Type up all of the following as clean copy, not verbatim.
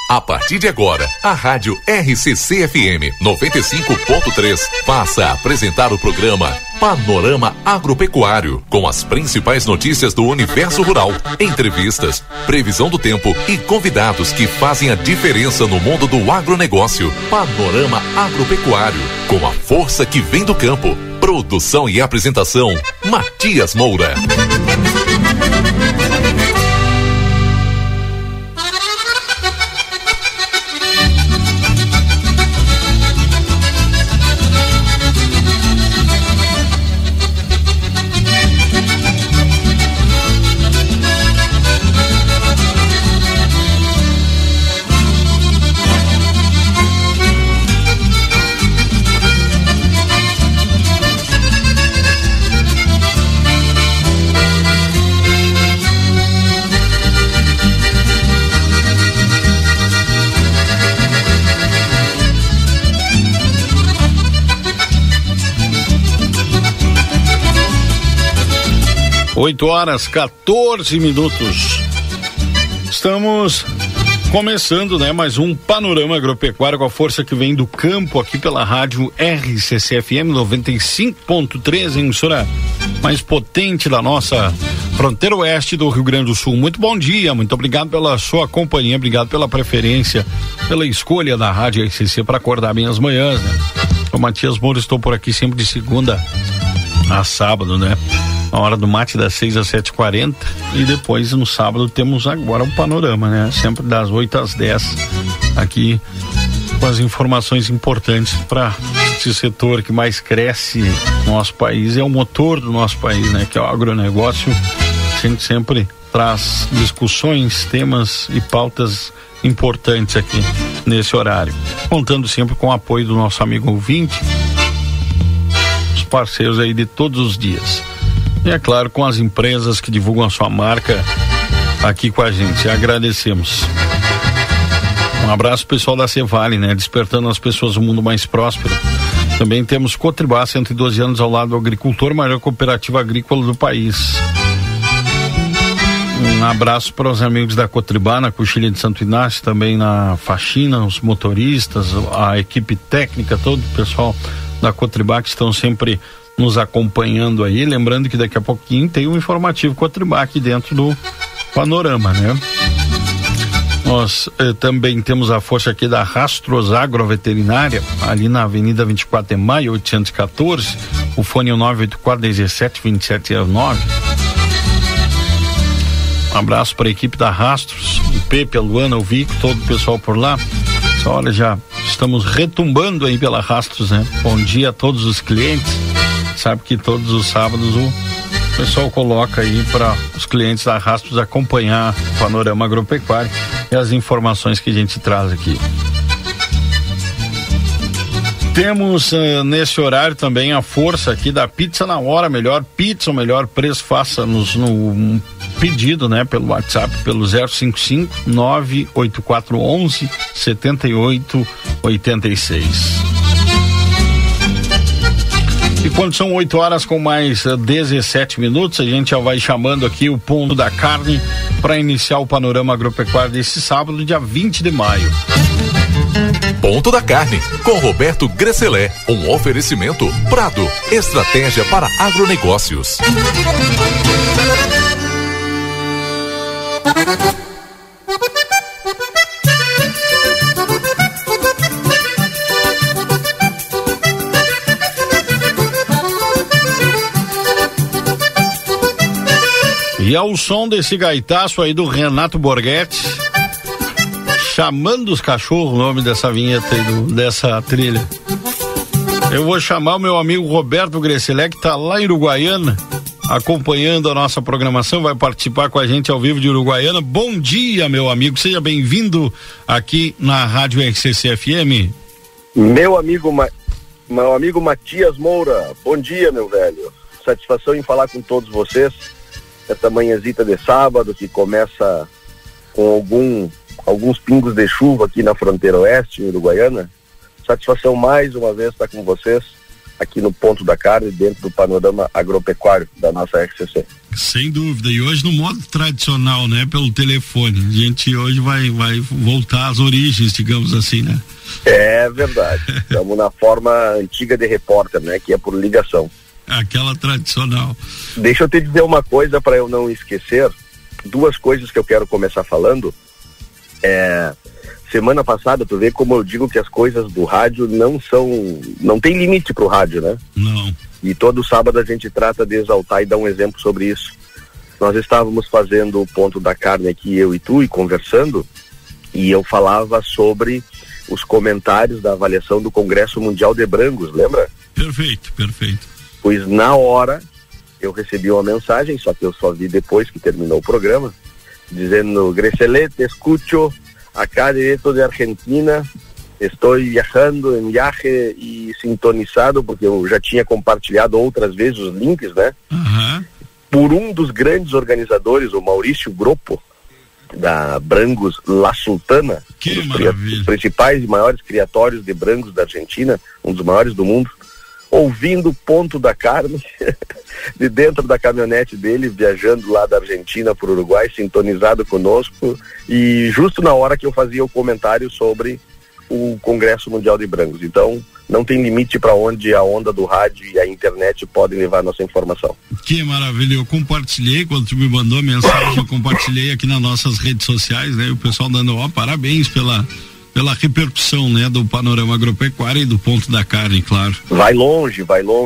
A partir de agora, a Rádio RCC-FM 95.3 passa a apresentar o programa Panorama Agropecuário, com as principais notícias do universo rural, entrevistas, previsão do tempo e convidados que fazem a diferença no mundo do agronegócio. Panorama Agropecuário, com a força que vem do campo. Produção e apresentação, Matias Moura. Oito horas, 14 minutos. Estamos começando, mais um Panorama Agropecuário com a força que vem do campo aqui pela rádio RCC-FM 95.3, emissora mais potente da nossa fronteira oeste do Rio Grande do Sul. Muito bom dia, muito obrigado pela sua companhia, obrigado pela preferência, pela escolha da rádio RCC para acordar bem as manhãs, O Matias Moura, estou por aqui sempre de segunda a sábado, A hora do mate das 6 às 7h40 e depois no sábado temos agora o panorama, Sempre das 8 às 10 aqui com as informações importantes para esse setor que mais cresce no nosso país, é o motor do nosso país, Que é o agronegócio. A gente sempre traz discussões, temas e pautas importantes aqui nesse horário, contando sempre com o apoio do nosso amigo ouvinte, os parceiros aí de todos os dias. E é claro, com as empresas que divulgam a sua marca aqui com a gente. Agradecemos. Um abraço pessoal da Cevale, Despertando as pessoas um mundo mais próspero. Também temos Cotribá, 112 anos ao lado do agricultor, maior cooperativa agrícola do país. Um abraço para os amigos da Cotribá, na Coxilha de Santo Inácio, também na faxina, os motoristas, a equipe técnica, todo o pessoal da Cotribá que estão sempre nos acompanhando aí, lembrando que daqui a pouquinho tem um informativo Cotribá aqui dentro do panorama, Nós também temos a força aqui da Rastros Agroveterinária, ali na Avenida 24 de Maio, 814, o fone é o 984-17-2709. Um abraço para a equipe da Rastros, o Pepe, a Luana, o Vico, todo o pessoal por lá. Olha, já estamos retumbando aí pela Rastros, Bom dia a todos os clientes. Sabe que todos os sábados o pessoal coloca aí para os clientes da Rastros acompanhar o panorama agropecuário e as informações que a gente traz aqui. Temos nesse horário também a força aqui da Pizza na Hora, melhor pizza, o melhor preço, faça-nos no pedido, pelo WhatsApp, pelo 055 98411 7886. E quando são 8 horas com mais 17 minutos, a gente já vai chamando aqui o ponto da carne para iniciar o panorama agropecuário desse sábado, dia 20 de maio. Ponto da carne, com Roberto Gresselé, um oferecimento Prado, estratégia para agronegócios. E ao som desse gaitaço aí do Renato Borghetti, chamando os cachorros, o nome dessa vinheta aí, dessa trilha. Eu vou chamar o meu amigo Roberto Gresselé, que tá lá em Uruguaiana, acompanhando a nossa programação, vai participar com a gente ao vivo de Uruguaiana. Bom dia, meu amigo, seja bem-vindo aqui na Rádio RCC-FM. Meu amigo Matias Moura, bom dia, meu velho. Satisfação em falar com todos vocês. Essa manhãzita de sábado que começa com alguns pingos de chuva aqui na fronteira oeste, em Uruguaiana. Satisfação mais uma vez estar com vocês aqui no Ponto da Carne, dentro do panorama agropecuário da nossa RCC. Sem dúvida, e hoje no modo tradicional, né, pelo telefone, a gente hoje vai voltar às origens, digamos assim, né? É verdade, estamos na forma antiga de repórter, né, que é por ligação. Aquela tradicional. Deixa eu te dizer uma coisa para eu não esquecer, 2 coisas que eu quero começar falando. Semana passada, tu vê como eu digo que as coisas do rádio não tem limite pro rádio, né? Não. E todo sábado a gente trata de exaltar e dar um exemplo sobre isso. Nós estávamos fazendo o Ponto da Carne aqui, eu e tu, e conversando, e eu falava sobre os comentários da avaliação do Congresso Mundial de Brangos, lembra? Perfeito. Pois na hora eu recebi uma mensagem, só que eu só vi depois que terminou o programa, dizendo: Grecelé, te escucho acá direto de Argentina, estou viajando em viaje e sintonizado, porque eu já tinha compartilhado outras vezes os links, né? Uhum. Por um dos grandes organizadores, o Maurício Groppo, da Brangos La Sultana, um dos principais e maiores criatórios de Brangos da Argentina, um dos maiores do mundo, ouvindo o Ponto da Carne de dentro da caminhonete dele, viajando lá da Argentina para o Uruguai, sintonizado conosco, e justo na hora que eu fazia o comentário sobre o Congresso Mundial de Brangos. Então, não tem limite para onde a onda do rádio e a internet podem levar a nossa informação. Que maravilha, eu compartilhei, quando tu me mandou a mensagem, eu compartilhei aqui nas nossas redes sociais, né, o pessoal dando parabéns pela repercussão, né, do panorama agropecuário e do Ponto da Carne, claro. Vai longe,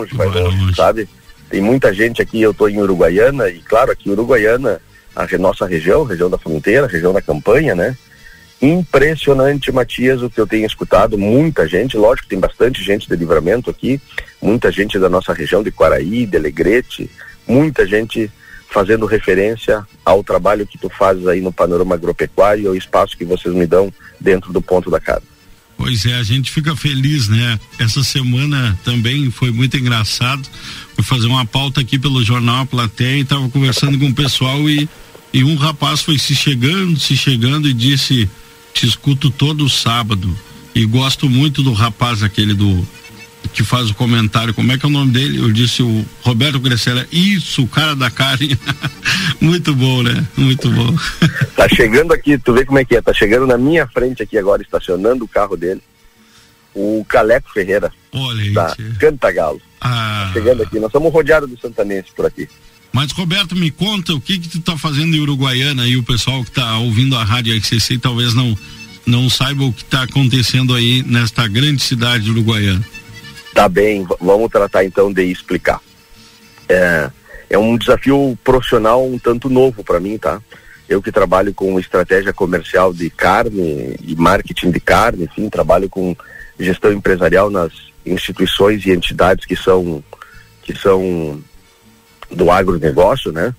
sabe? Tem muita gente aqui, eu tô em Uruguaiana, e claro, aqui em Uruguaiana, a nossa região da fronteira, região da campanha, né? Impressionante, Matias, o que eu tenho escutado, muita gente, lógico que tem bastante gente de Livramento aqui, muita gente da nossa região de Quaraí, de Alegrete, muita gente fazendo referência ao trabalho que tu fazes aí no panorama agropecuário e ao espaço que vocês me dão dentro do Ponto da Carne. Pois é, a gente fica feliz, né? Essa semana também foi muito engraçado, fui fazer uma pauta aqui pelo Jornal A Plateia e estava conversando com o pessoal e um rapaz foi se chegando e disse: te escuto todo sábado e gosto muito do rapaz aquele que faz o comentário, como é que é o nome dele? Eu disse: o Roberto Grecelé. Isso, o cara da carne. Muito bom, né? Muito bom. Tá chegando aqui, tu vê como é que é, tá chegando na minha frente aqui agora, estacionando o carro dele, o Caleco Ferreira. Olha aí, da Cantagalo. Tá chegando aqui, nós somos rodeados de santanenses por aqui. Mas, Roberto, me conta o que tu tá fazendo em Uruguaiana, e o pessoal que tá ouvindo a rádio RCC talvez não saiba o que tá acontecendo aí nesta grande cidade de Uruguaiana. Tá bem, vamos tratar então de explicar. É um desafio profissional um tanto novo para mim, tá? Eu que trabalho com estratégia comercial de carne e marketing de carne, enfim, trabalho com gestão empresarial nas instituições e entidades que são do agronegócio, né?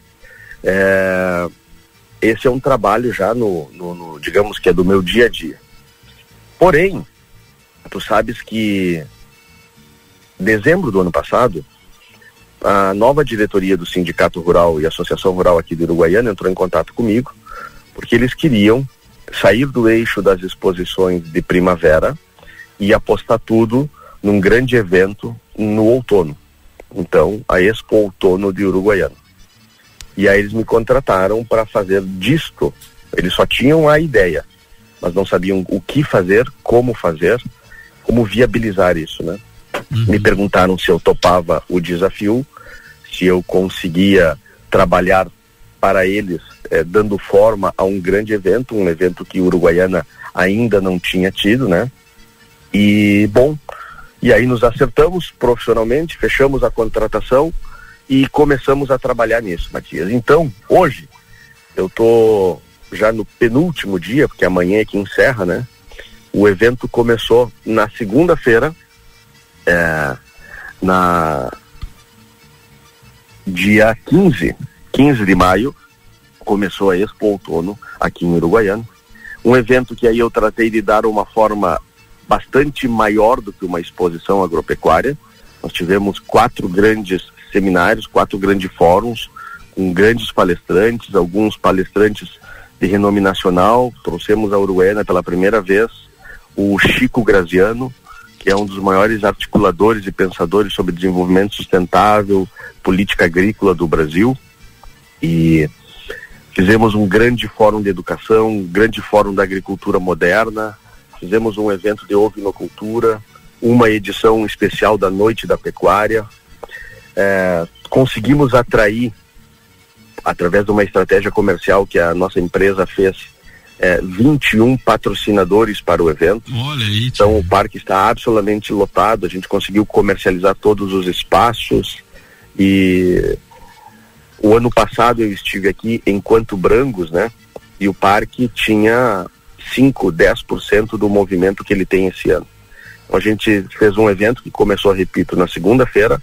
Esse é um trabalho já no digamos que é do meu dia a dia. Porém, tu sabes que dezembro do ano passado, a nova diretoria do Sindicato Rural e Associação Rural aqui de Uruguaiana entrou em contato comigo, porque eles queriam sair do eixo das exposições de primavera e apostar tudo num grande evento no outono. Então, a Expo Outono de Uruguaiana. E aí eles me contrataram para fazer disto. Eles só tinham a ideia, mas não sabiam o que fazer, como viabilizar isso, né? Me perguntaram se eu topava o desafio, se eu conseguia trabalhar para eles, dando forma a um grande evento, um evento que Uruguaiana ainda não tinha tido, né? E, bom, e aí nos acertamos profissionalmente, fechamos a contratação e começamos a trabalhar nisso, Matias. Então, hoje, eu tô já no penúltimo dia, porque amanhã é que encerra, né? O evento começou na segunda-feira, na dia 15 de maio, começou a Expo Outono aqui em Uruguaiana. Um evento que aí eu tratei de dar uma forma bastante maior do que uma exposição agropecuária. Nós tivemos 4 grandes seminários, 4 grandes fóruns, com grandes palestrantes, alguns palestrantes de renome nacional. Trouxemos a Uruguaiana pela primeira vez o Chico Graziano, que é um dos maiores articuladores e pensadores sobre desenvolvimento sustentável, política agrícola do Brasil, e fizemos um grande fórum de educação, um grande fórum da agricultura moderna, fizemos um evento de ovinocultura, uma edição especial da Noite da Pecuária. Conseguimos atrair, através de uma estratégia comercial que a nossa empresa fez, 21 patrocinadores para o evento. Olha aí, então o parque está absolutamente lotado, a gente conseguiu comercializar todos os espaços, e o ano passado eu estive aqui enquanto Brangos, né? E o parque tinha 10% do movimento que ele tem esse ano. Então a gente fez um evento que começou, repito, na segunda-feira.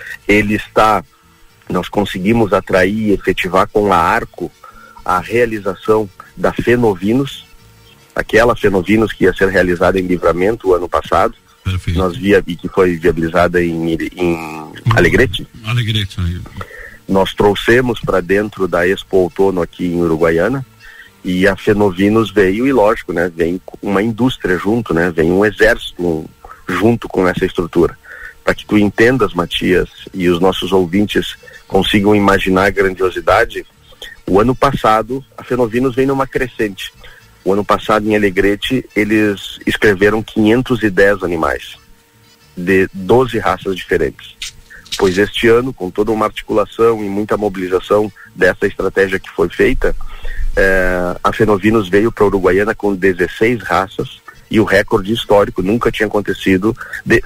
Nós conseguimos atrair e efetivar com a Arco a realização da Fenovinos, aquela Fenovinos que ia ser realizada em Livramento o ano passado. Perfeito. E que foi viabilizada em Alegrete. Alegrete, aí. Nós trouxemos para dentro da Expo Outono aqui em Uruguaiana, e a Fenovinos veio, e lógico, né, vem uma indústria junto, né, vem um exército junto com essa estrutura. Para que tu entendas, Matias, e os nossos ouvintes consigam imaginar a grandiosidade, o ano passado a Fenovinos vem numa crescente. O ano passado em Alegrete eles escreveram 510 animais de 12 raças diferentes. Pois este ano, com toda uma articulação e muita mobilização dessa estratégia que foi feita, a Fenovinos veio para a Uruguaiana com 16 raças, e o recorde histórico nunca tinha acontecido, de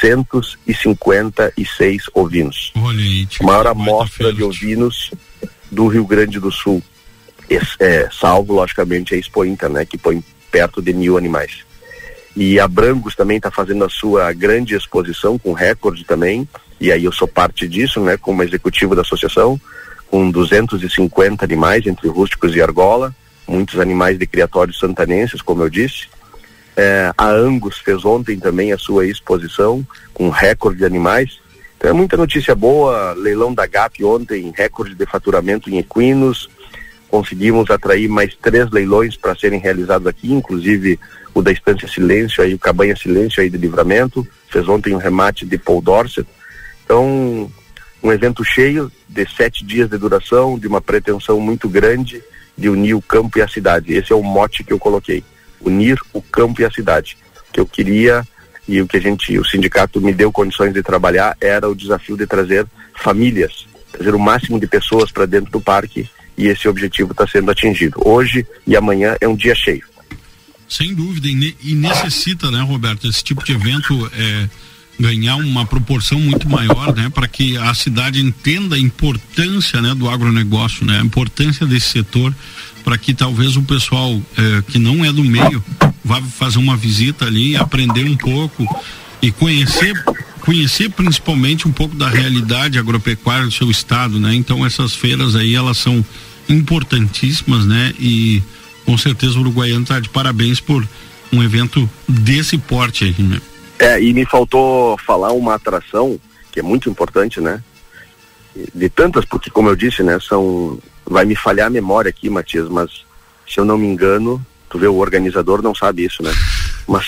656 ovinos. Olha aí, a maior amostra de ovinos do Rio Grande do Sul, salvo logicamente a Expo Inter, né, que põe perto de 1.000 animais. E a Brangos também está fazendo a sua grande exposição com recorde também, e aí eu sou parte disso, né, como executivo da associação, com 250 animais entre rústicos e argola, muitos animais de criatórios santanenses, como eu disse. A Angus fez ontem também a sua exposição com recorde de animais. Então é muita notícia boa. Leilão da GAP ontem, recorde de faturamento em equinos. Conseguimos atrair mais 3 leilões para serem realizados aqui, inclusive o da Estância Silêncio, aí o Cabanha Silêncio aí de Livramento, fez ontem um remate de Paul Dorset. Então, um evento cheio de 7 dias de duração, de uma pretensão muito grande de unir o campo e a cidade. Esse é o mote que eu coloquei: unir o campo e a cidade. O que eu queria e o que o sindicato me deu condições de trabalhar era o desafio de trazer famílias, trazer o máximo de pessoas para dentro do parque, e esse objetivo está sendo atingido. Hoje e amanhã é um dia cheio. Sem dúvida, e necessita, né, Roberto, esse tipo de evento ganhar uma proporção muito maior, né, para que a cidade entenda a importância, né, do agronegócio, né, a importância desse setor, para que talvez o pessoal que não é do meio vá fazer uma visita ali, aprender um pouco e conhecer principalmente um pouco da realidade agropecuária do seu estado, né? Então essas feiras aí, elas são importantíssimas, né? E com certeza o Uruguaiano está de parabéns por um evento desse porte aí, né? E me faltou falar uma atração que é muito importante, né? De tantas, porque como eu disse, né, vai me falhar a memória aqui, Matias, mas se eu não me engano, tu vê, o organizador não sabe isso, né? Mas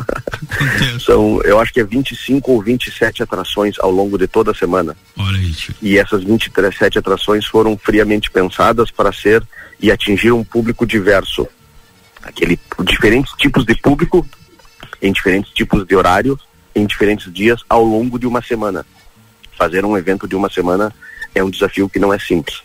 são eu acho que é 25 ou 27 atrações ao longo de toda a semana. Olha isso. E essas 27 atrações foram friamente pensadas para ser e atingir um público diverso. Diferentes tipos de público, em diferentes tipos de horário, em diferentes dias ao longo de uma semana. Fazer um evento de uma semana é um desafio que não é simples.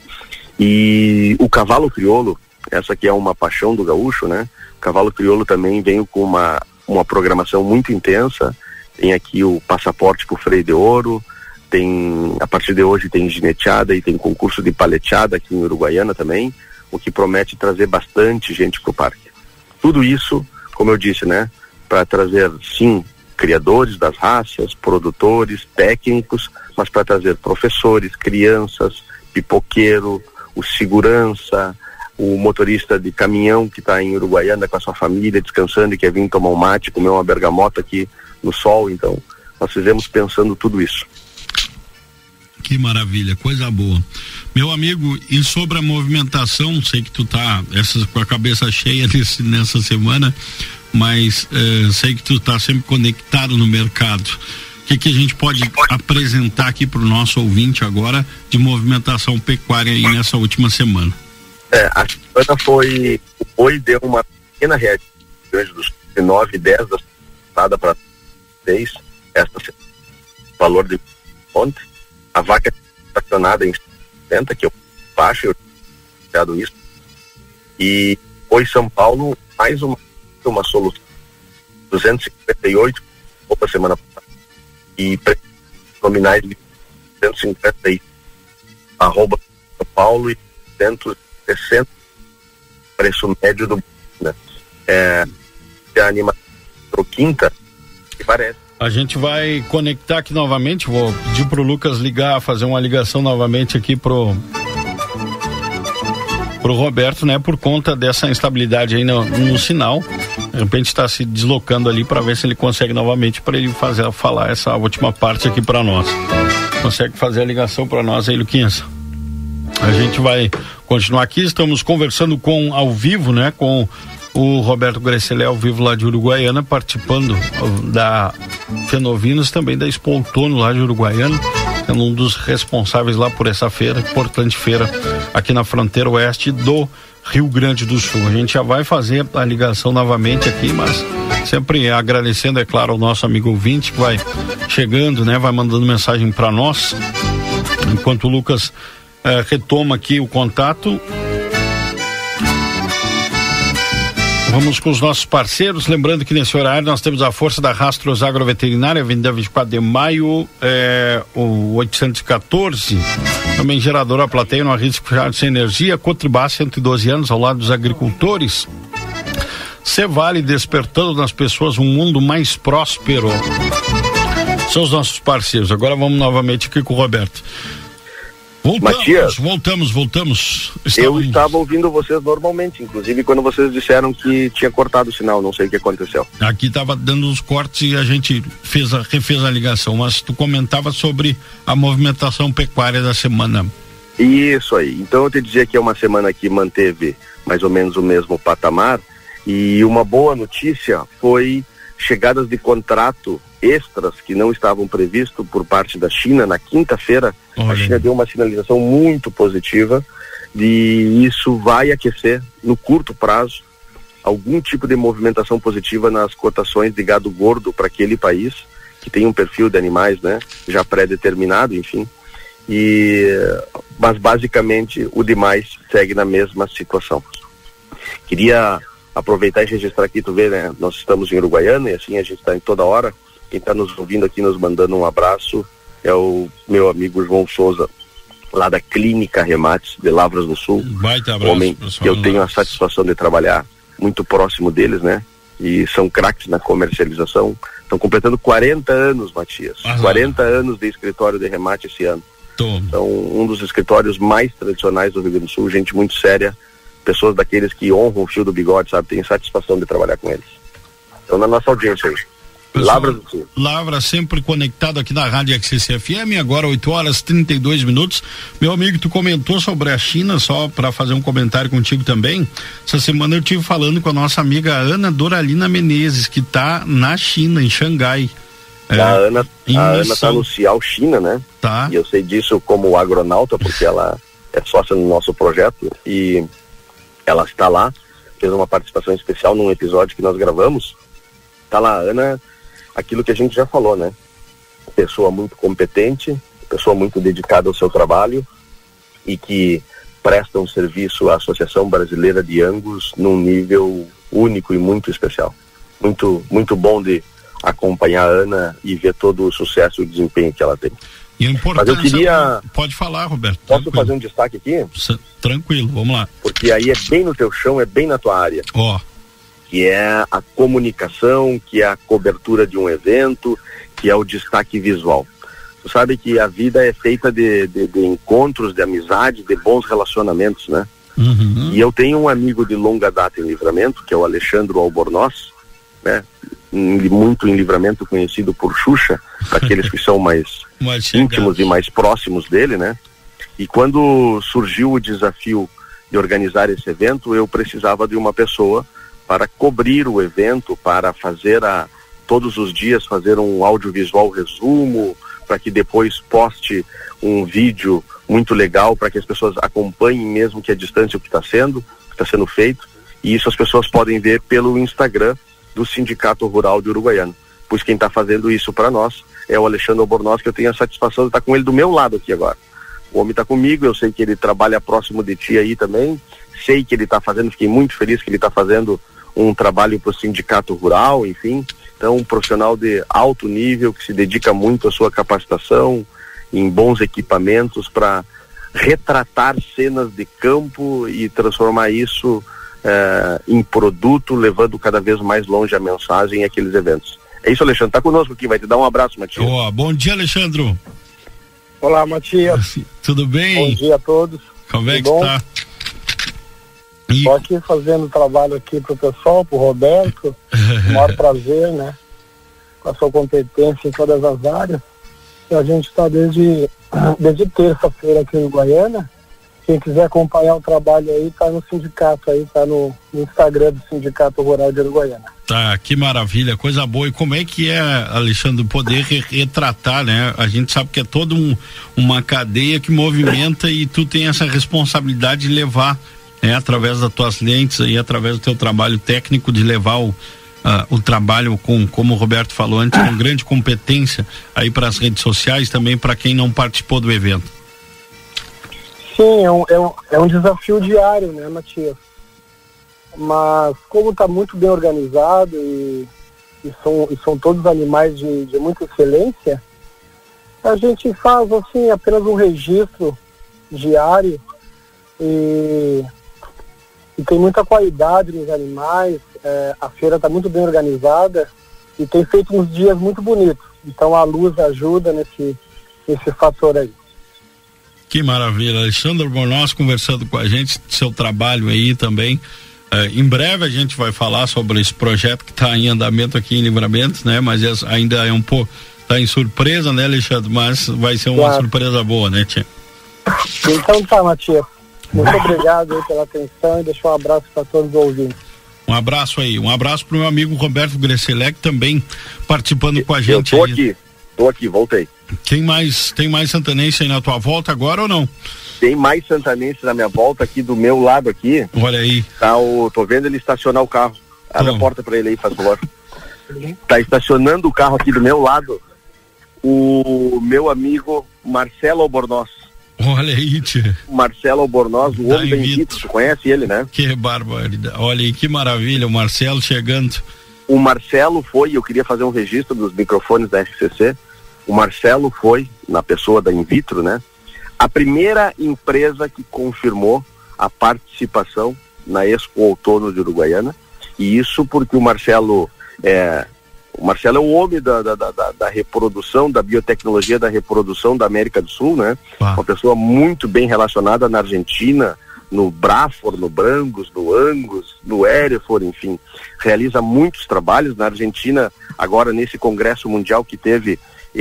E o cavalo crioulo, essa que é uma paixão do gaúcho, né? O cavalo crioulo também veio com uma programação muito intensa. Tem aqui o passaporte pro freio de ouro, a partir de hoje tem gineteada e tem concurso de paleteada aqui em Uruguaiana também, o que promete trazer bastante gente pro parque. Tudo isso, como eu disse, né? Para trazer, sim, criadores das raças, produtores, técnicos, mas para trazer professores, crianças, pipoqueiro, o segurança, o motorista de caminhão que está em Uruguaiana com a sua família descansando e quer vir tomar um mate, comer uma bergamota aqui no sol. Então nós fizemos pensando tudo isso. Que maravilha, coisa boa. Meu amigo, e sobre a movimentação, sei que tu tá com a cabeça cheia nessa semana, mas sei que tu está sempre conectado no mercado. O que a gente pode apresentar aqui para o nosso ouvinte agora de movimentação pecuária aí nessa última semana? A semana foi, o boi deu uma pequena reação grande dos 9 e 10 da semana para 10, esta semana, valor de ontem, a vaca estacionada em 70, que eu baixo, eu tenho isso, e foi São Paulo mais uma solução, 258 outra semana passada, e nominais de 250 arroba São Paulo e 160 preço médio do, né? A animação quinta que parece. A gente vai conectar aqui novamente, vou pedir pro Lucas fazer uma ligação novamente aqui pro Roberto, né, por conta dessa instabilidade aí no sinal. De repente está se deslocando ali para ver se ele consegue novamente para ele falar essa última parte aqui para nós. Consegue fazer a ligação para nós aí, Luquinhas? A gente vai continuar aqui, estamos conversando ao vivo, né, com o Roberto Grecelé, ao vivo lá de Uruguaiana, participando da Fenovinos, também da Expo Outono lá de Uruguaiana, sendo um dos responsáveis lá por essa feira, importante feira aqui na fronteira oeste do Rio Grande do Sul. A gente já vai fazer a ligação novamente aqui, mas sempre agradecendo, é claro, ao nosso amigo ouvinte que vai chegando, né, vai mandando mensagem para nós, enquanto o Lucas retoma aqui o contato. Vamos com os nossos parceiros, lembrando que nesse horário nós temos a força da Rastros Agroveterinária, Avenida 24 de Maio, o 814, também geradora Plateia, no risco sem energia, Cotribá, 112 anos, ao lado dos agricultores. Cevale, despertando nas pessoas um mundo mais próspero. São os nossos parceiros. Agora vamos novamente aqui com o Roberto. Matias, voltamos. Eu estava ouvindo vocês normalmente, inclusive quando vocês disseram que tinha cortado o sinal, não sei o que aconteceu. Aqui estava dando os cortes e a gente refez a ligação, mas tu comentava sobre a movimentação pecuária da semana. Isso aí, então eu te dizia que é uma semana que manteve mais ou menos o mesmo patamar, e uma boa notícia foi chegadas de contrato extras que não estavam previstos por parte da China na quinta-feira. A China deu uma sinalização muito positiva de isso vai aquecer no curto prazo algum tipo de movimentação positiva nas cotações de gado gordo para aquele país que tem um perfil de animais, né, já pré-determinado, enfim, mas basicamente o demais segue na mesma situação. Queria aproveitar e registrar aqui, tu vê, né, nós estamos em Uruguaiana e assim a gente está em toda hora. Quem está nos ouvindo aqui, nos mandando um abraço, é o meu amigo João Souza, lá da Clínica Remates de Lavras do Sul. Baita abraço, homem que eu tenho a satisfação de trabalhar muito próximo deles, né? E são craques na comercialização. Estão completando 40 anos, Matias. 40 anos de escritório de remate esse ano. Então, um dos escritórios mais tradicionais do Rio Grande do Sul, gente muito séria, pessoas daqueles que honram o fio do bigode, sabe? Tenho satisfação de trabalhar com eles. Então, na nossa audiência aí. Lavra do Sul. Lavra sempre conectado aqui na Rádio XCC-FM, agora 8h32. Meu amigo, tu comentou sobre a China, só para fazer um comentário contigo também. Essa semana eu estive falando com a nossa amiga Ana Doralina Menezes, que está na China, em Xangai. A Ana está no Cial China, né? Tá. E eu sei disso como agronauta, porque ela é sócia no nosso projeto e ela está lá, fez uma participação especial num episódio que nós gravamos. Tá lá, Ana, aquilo que a gente já falou, né? Pessoa muito competente, pessoa muito dedicada ao seu trabalho e que presta um serviço à Associação Brasileira de Angus num nível único e muito especial. Muito, muito bom de acompanhar a Ana e ver todo o sucesso e o desempenho que ela tem. E mas eu queria... Pode falar, Roberto. Posso fazer um destaque aqui? Tranquilo, vamos lá. Porque aí é bem no teu chão, é bem na tua área. Que é a comunicação, que é a cobertura de um evento, que é o destaque visual. Tu sabe que a vida é feita de encontros, de amizade, de bons relacionamentos, né? Uhum. E eu tenho um amigo de longa data em Livramento, que é o Alexandre Albornoz, né? Muito em Livramento, conhecido por Xuxa, aqueles que são mais íntimos e mais próximos dele, né? E quando surgiu o desafio de organizar esse evento, eu precisava de uma pessoa para cobrir o evento, para fazer todos os dias fazer um audiovisual resumo, para que depois poste um vídeo muito legal para que as pessoas acompanhem mesmo que a distância o que está sendo feito, e isso as pessoas podem ver pelo Instagram do Sindicato Rural de Uruguaiana. Pois quem está fazendo isso para nós é o Alexandre Albornoz, que eu tenho a satisfação de estar com ele do meu lado aqui agora. O homem está comigo, eu sei que ele trabalha próximo de ti aí também, sei que ele está fazendo, fiquei muito feliz que ele está fazendo um trabalho para o Sindicato Rural, enfim. Então, um profissional de alto nível que se dedica muito à sua capacitação, em bons equipamentos para retratar cenas de campo e transformar isso em produto, levando cada vez mais longe a mensagem e aqueles eventos. É isso, Alexandre, tá conosco aqui, vai te dar um abraço, Matias. Bom dia, Alexandre. Olá, Matias. Tudo bem? Bom dia a todos. Como é que tá? Estou aqui fazendo trabalho aqui pro pessoal, pro Roberto, o maior prazer, né? Com a sua competência em todas as áreas. E a gente está desde terça-feira aqui em Uruguaiana. Quem quiser acompanhar o trabalho aí, tá no sindicato aí, tá no Instagram do Sindicato Rural de Uruguaiana. Tá, que maravilha, coisa boa. E como é que é, Alexandre, poder retratar, né? A gente sabe que é toda uma cadeia que movimenta e tu tem essa responsabilidade de levar, através das tuas lentes e através do teu trabalho técnico, de levar o trabalho como o Roberto falou antes, com grande competência aí para as redes sociais, também para quem não participou do evento. Sim, é um desafio diário, né, Matias? Mas como está muito bem organizado e são todos animais de muita excelência, a gente faz assim apenas um registro diário e tem muita qualidade nos animais. A feira está muito bem organizada e tem feito uns dias muito bonitos. Então a luz ajuda nesse fator aí. Que maravilha, Alexandre Albornoz conversando com a gente, seu trabalho aí também. Em breve a gente vai falar sobre esse projeto que está em andamento aqui em Livramento, né? Mas ainda é um pouco, está em surpresa, né, Alexandre? Mas vai ser uma surpresa boa, né, tia? Então tá, Matias. Muito obrigado aí pela atenção e deixa um abraço para todos os ouvintes. Um abraço aí, um abraço pro meu amigo Roberto Gresselec, também participando com a gente. Eu tô aqui, voltei. Tem mais santanense aí na tua volta agora ou não? Tem mais santanense na minha volta aqui do meu lado aqui. Olha aí. Tô vendo ele estacionar o carro. Abre a porta pra ele aí, faz favor. Tá estacionando o carro aqui do meu lado o meu amigo Marcelo Albornoz. Olha aí, tia. Marcelo Albornoz, o homem da Invitro. Tu conhece ele, né? Que barbaridade. Olha aí, que maravilha, o Marcelo chegando. O Marcelo eu queria fazer um registro dos microfones da RCC. O Marcelo foi, na pessoa da Invitro, né? A primeira empresa que confirmou a participação na Expo Outono de Uruguaiana, e isso porque o Marcelo é o homem da reprodução, da biotecnologia da reprodução da América do Sul, né? Uma pessoa muito bem relacionada na Argentina, no Brafor, no Brangus, no Angus, no Hereford, enfim, realiza muitos trabalhos na Argentina. Agora nesse congresso mundial que teve,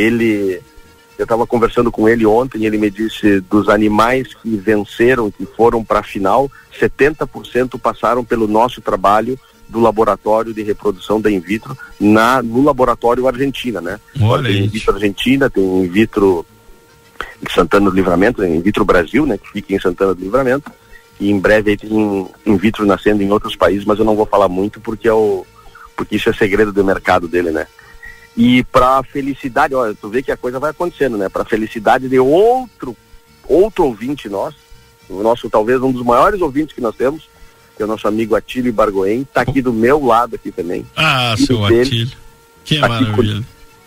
eu estava conversando com ele ontem, e ele me disse dos animais que venceram, que foram para a final, 70% passaram pelo nosso trabalho do laboratório de reprodução da Invitro no laboratório Argentina, né? Tem Invitro Argentina, tem Invitro Santana do Livramento, tem Invitro Brasil, né? Que fica em Santana do Livramento, e em breve aí tem Invitro nascendo em outros países, mas eu não vou falar muito porque isso é segredo do mercado dele, né? E para felicidade, olha, tu vê que a coisa vai acontecendo, né? Para felicidade de outro ouvinte nosso, o nosso talvez um dos maiores ouvintes que nós temos, que é o nosso amigo Atílio Bargoen, tá aqui do meu lado aqui também. Ah, seu Atílio, que maravilha.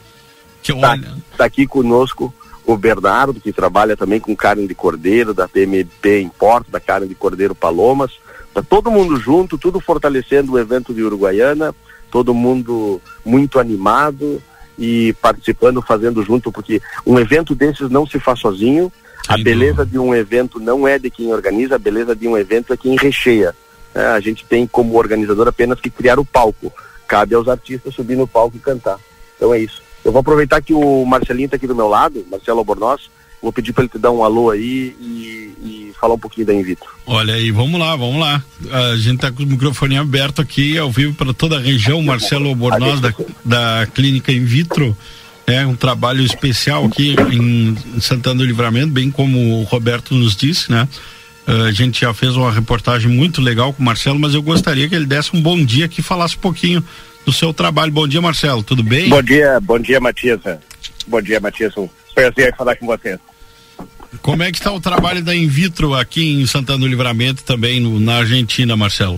Tá aqui conosco o Bernardo, que trabalha também com carne de cordeiro, da PMP Importo, da carne de cordeiro Palomas. Tá todo mundo junto, tudo fortalecendo o evento de Uruguaiana, todo mundo muito animado e participando, fazendo junto, porque um evento desses não se faz sozinho. A beleza de um evento não é de quem organiza, a beleza de um evento é quem recheia. A gente tem como organizador apenas que criar o palco. Cabe aos artistas subir no palco e cantar. Então é isso. Eu vou aproveitar que o Marcelinho está aqui do meu lado, Marcelo Albornoz, Vou pedir para ele te dar um alô aí e falar um pouquinho da In Vitro. Olha aí, vamos lá. A gente tá com o microfone aberto aqui, ao vivo para toda a região. Marcelo Albornoz da Clínica In Vitro. É um trabalho especial aqui em Santana do Livramento, bem como o Roberto nos disse, né? A gente já fez uma reportagem muito legal com o Marcelo, mas eu gostaria que ele desse um bom dia aqui e falasse um pouquinho do seu trabalho. Bom dia, Marcelo, tudo bem? Bom dia, Matias. Bom dia, Matias. Um prazer falar com você. Como é que está o trabalho da In Vitro aqui em Santana do Livramento e também na Argentina, Marcelo?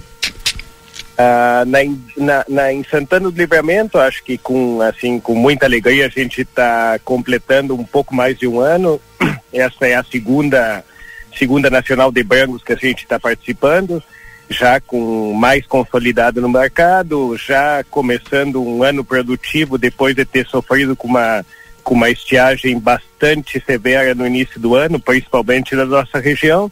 Em Santana do Livramento, acho que com muita alegria a gente está completando um pouco mais de um ano. Essa é a segunda Nacional de Brancos que a gente está participando, já com mais consolidado no mercado, já começando um ano produtivo depois de ter sofrido com uma estiagem bastante severa no início do ano, principalmente na nossa região.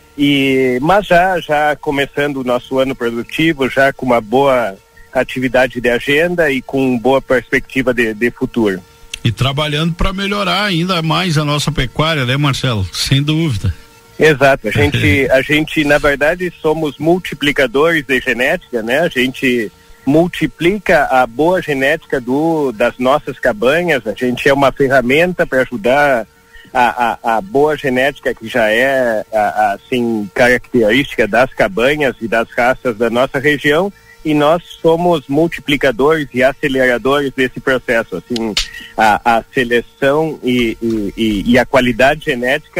Mas já começando o nosso ano produtivo, já com uma boa atividade de agenda e com boa perspectiva de futuro. E trabalhando para melhorar ainda mais a nossa pecuária, né, Marcelo? Sem dúvida. Exato, a gente na verdade somos multiplicadores de genética, né? A gente multiplica a boa genética das nossas cabanhas, a gente é uma ferramenta para ajudar a boa genética que já é característica das cabanhas e das raças da nossa região, e nós somos multiplicadores e aceleradores desse processo. A seleção e a qualidade genética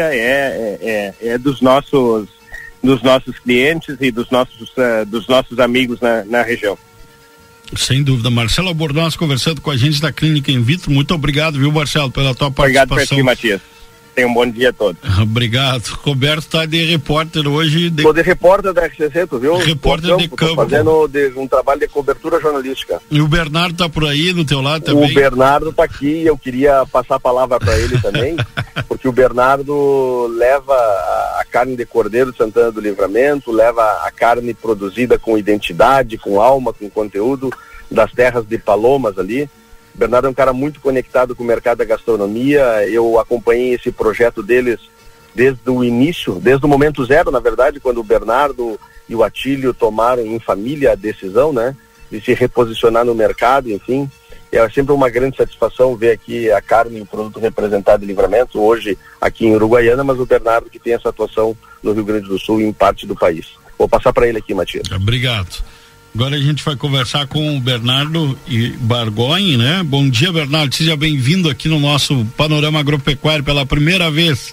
é dos nossos clientes e dos nossos amigos na região. Sem dúvida. Marcelo Albornoz conversando com a gente da Clínica In Vitro. Muito obrigado, viu, Marcelo, pela tua participação. Obrigado por ti, Matias. Tenha um bom dia a todos. Obrigado. Roberto está de repórter hoje. Estou de repórter da RCC, tu viu? Repórter de campo. Fazendo um trabalho de cobertura jornalística. E o Bernardo está por aí, do teu lado também? O Bernardo está aqui, eu queria passar a palavra para ele também, porque o Bernardo leva a carne de cordeiro de Santana do Livramento, leva a carne produzida com identidade, com alma, com conteúdo das terras de Palomas ali. O Bernardo é um cara muito conectado com o mercado da gastronomia. Eu acompanhei esse projeto deles desde o início, desde o momento zero, na verdade, quando o Bernardo e o Atílio tomaram em família a decisão, né, de se reposicionar no mercado, enfim. É sempre uma grande satisfação ver aqui a carne e o produto representado em Livramento, hoje aqui em Uruguaiana, mas o Bernardo que tem essa atuação no Rio Grande do Sul e em parte do país. Vou passar para ele aqui, Matias. Obrigado. Agora a gente vai conversar com o Bernardo Bargoni, né? Bom dia, Bernardo, seja bem-vindo aqui no nosso Panorama Agropecuário pela primeira vez.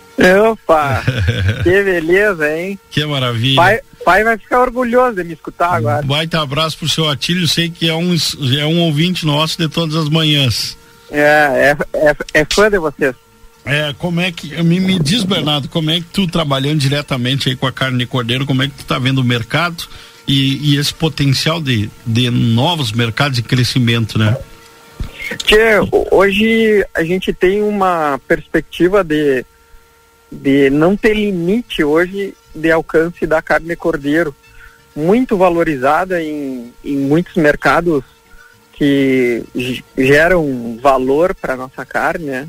Opa, que beleza, hein? Que maravilha. Pai vai ficar orgulhoso de me escutar agora. Baita abraço pro seu Atílio, sei que é um ouvinte nosso de todas as manhãs. É fã de vocês. Como é que, me diz, Bernardo, como é que tu, trabalhando diretamente aí com a carne de cordeiro, como é que tu tá vendo o mercado e esse potencial de novos mercados de crescimento, né? Hoje a gente tem uma perspectiva de não ter limite hoje de alcance da carne de cordeiro, muito valorizada em muitos mercados que geram valor para nossa carne, né?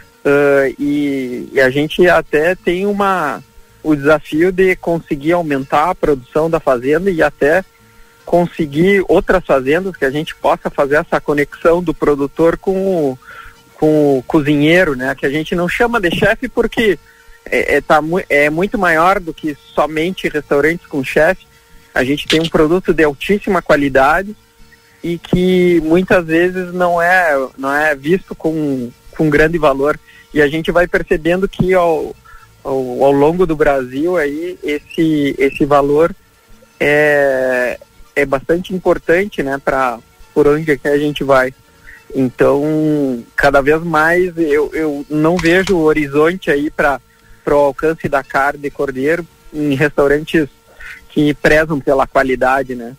E a gente até tem o desafio de conseguir aumentar a produção da fazenda e até conseguir outras fazendas que a gente possa fazer essa conexão do produtor com o cozinheiro, né? Que a gente não chama de chefe porque é muito maior do que somente restaurantes com chefe. A gente tem um produto de altíssima qualidade e que muitas vezes não é visto com grande valor. E a gente vai percebendo que ao longo do Brasil aí esse valor é bastante importante, né, por onde é que a gente vai. Então, cada vez mais eu não vejo o horizonte aí para o alcance da carne de cordeiro em restaurantes que prezam pela qualidade, né?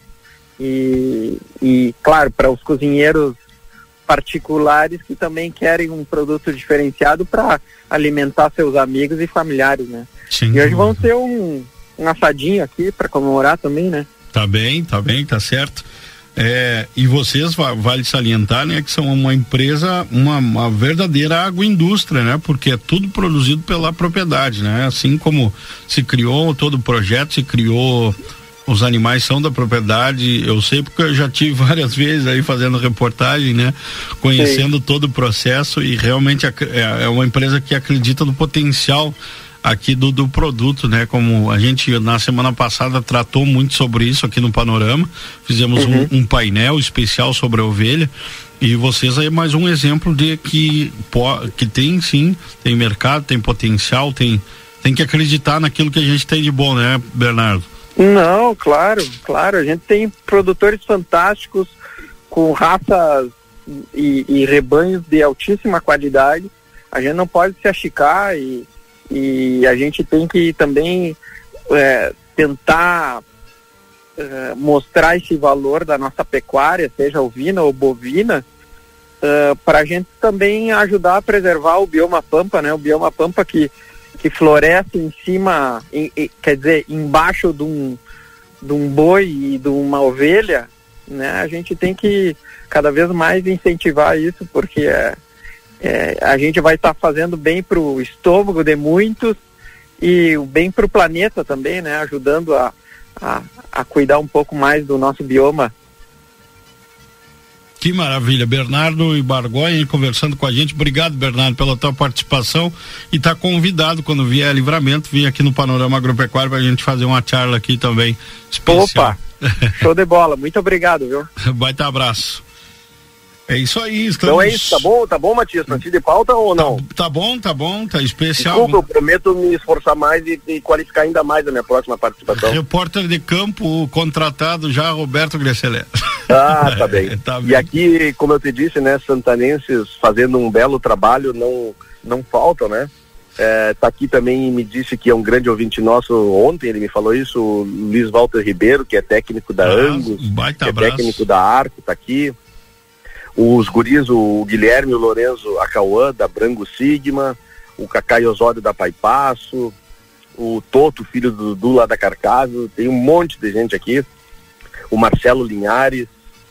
E claro, para os cozinheiros particulares que também querem um produto diferenciado para alimentar seus amigos e familiares, né? Sim. E hoje vamos ter um assadinho aqui para comemorar também, né? Tá bem, tá certo. E vocês, vale salientar, né, que são uma empresa, uma verdadeira agroindústria, né, porque é tudo produzido pela propriedade, né, assim como se criou todo o projeto, se criou, os animais são da propriedade, eu sei porque eu já tive várias vezes aí fazendo reportagem, né, conhecendo todo o processo, e realmente é uma empresa que acredita no potencial aqui do produto, né? Como a gente na semana passada tratou muito sobre isso aqui no Panorama, fizemos um painel especial sobre a ovelha, e vocês aí mais um exemplo de que tem sim, tem mercado, tem potencial, tem que acreditar naquilo que a gente tem de bom, né, Bernardo? Não, claro, a gente tem produtores fantásticos com raças e rebanhos de altíssima qualidade, a gente não pode se achicar, e a gente tem que também tentar mostrar esse valor da nossa pecuária, seja ovina ou bovina, para a gente também ajudar a preservar o bioma pampa, né? O bioma pampa que floresce em cima, quer dizer, embaixo de um boi e de uma ovelha, né? A gente tem que cada vez mais incentivar isso, porque a gente vai estar fazendo bem para o estômago de muitos e bem para o planeta também, né? Ajudando a cuidar um pouco mais do nosso bioma. Que maravilha, Bernardo Ibargói conversando com a gente. Obrigado, Bernardo, pela tua participação, e tá convidado quando vier a Livramento, vir aqui no Panorama Agropecuário pra gente fazer uma charla aqui também especial. Opa, show de bola, muito obrigado, viu? Baita abraço. É isso aí, estamos... Então é isso, tá bom, Matias, pra ti de pauta ou não? Tá bom, tá especial. Desculpa, eu prometo me esforçar mais e qualificar ainda mais a minha próxima participação. Repórter de campo contratado já, Roberto Gresselé. Ah, tá bem. Tá bem. E aqui, como eu te disse, né, santanenses fazendo um belo trabalho, não faltam, né? Tá aqui também, me disse que é um grande ouvinte nosso, ontem ele me falou isso, o Luiz Walter Ribeiro, que é técnico da Angus, que é técnico da Arco, tá aqui. Os guris, o Guilherme, o Lorenzo Acauã, da Brango Sigma, o Cacai Osório da Paipasso, o Toto, filho do Dudu lá da Carcaso, tem um monte de gente aqui, o Marcelo Linhares,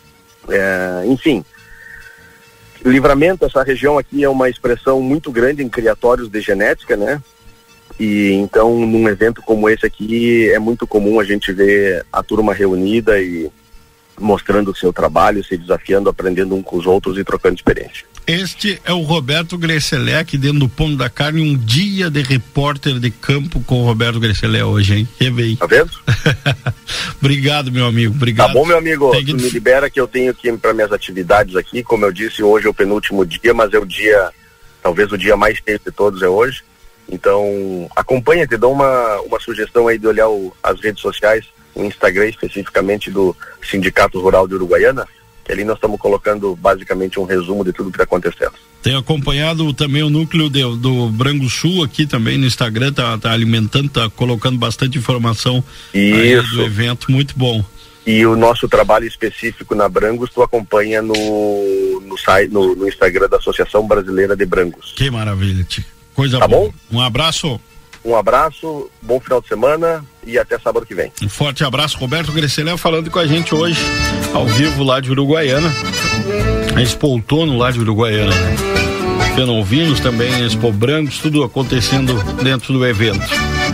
enfim. Livramento, essa região aqui é uma expressão muito grande em criatórios de genética, né? E então, num evento como esse aqui, é muito comum a gente ver a turma reunida e mostrando o seu trabalho, se desafiando, aprendendo um com os outros e trocando experiência. Este é o Roberto Gresselé, aqui dentro do Pão da Carne, um dia de repórter de campo com o Roberto Gresselé hoje, hein? Revei. Tá vendo? Obrigado, meu amigo, obrigado. Tá bom, meu amigo, tu me libera que eu tenho que ir para minhas atividades aqui, como eu disse, hoje é o penúltimo dia, mas é o dia, talvez o dia mais tempo de todos é hoje, então acompanha, te dou uma sugestão aí de olhar as redes sociais, o Instagram especificamente do Sindicato Rural de Uruguaiana, que ali nós estamos colocando basicamente um resumo de tudo que está acontecendo. Tenho acompanhado também o núcleo do Brango Sul aqui também no Instagram, tá alimentando, tá colocando bastante informação do evento, muito bom. E o nosso trabalho específico na Brangos, tu acompanha no Instagram da Associação Brasileira de Brangos. Que maravilha, coisa tá boa. Bom? Um abraço. Um abraço, bom final de semana e até sábado que vem. Um forte abraço, Roberto Gresselé falando com a gente hoje, ao vivo lá de Uruguaiana, a Expo Outono lá de Uruguaiana, né? Fenovinos também, Expo Brancos, tudo acontecendo dentro do evento.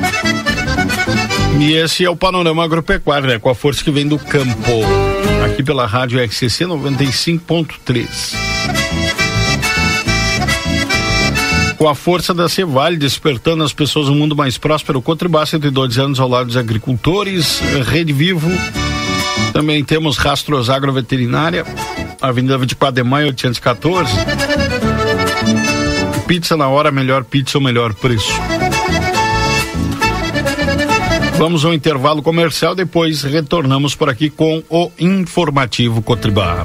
E esse é o Panorama Agropecuário, né? Com a força que vem do campo, aqui pela Rádio RCC 95.3. Com a força da Cevale, despertando as pessoas no mundo mais próspero. Cotribá, 102 anos ao lado dos agricultores. Rede Vivo. Também temos Rastros Agroveterinária, Avenida 24 de Maio, 814. Pizza na hora, melhor pizza, o melhor preço. Vamos ao intervalo comercial, depois retornamos por aqui com o Informativo Cotribá.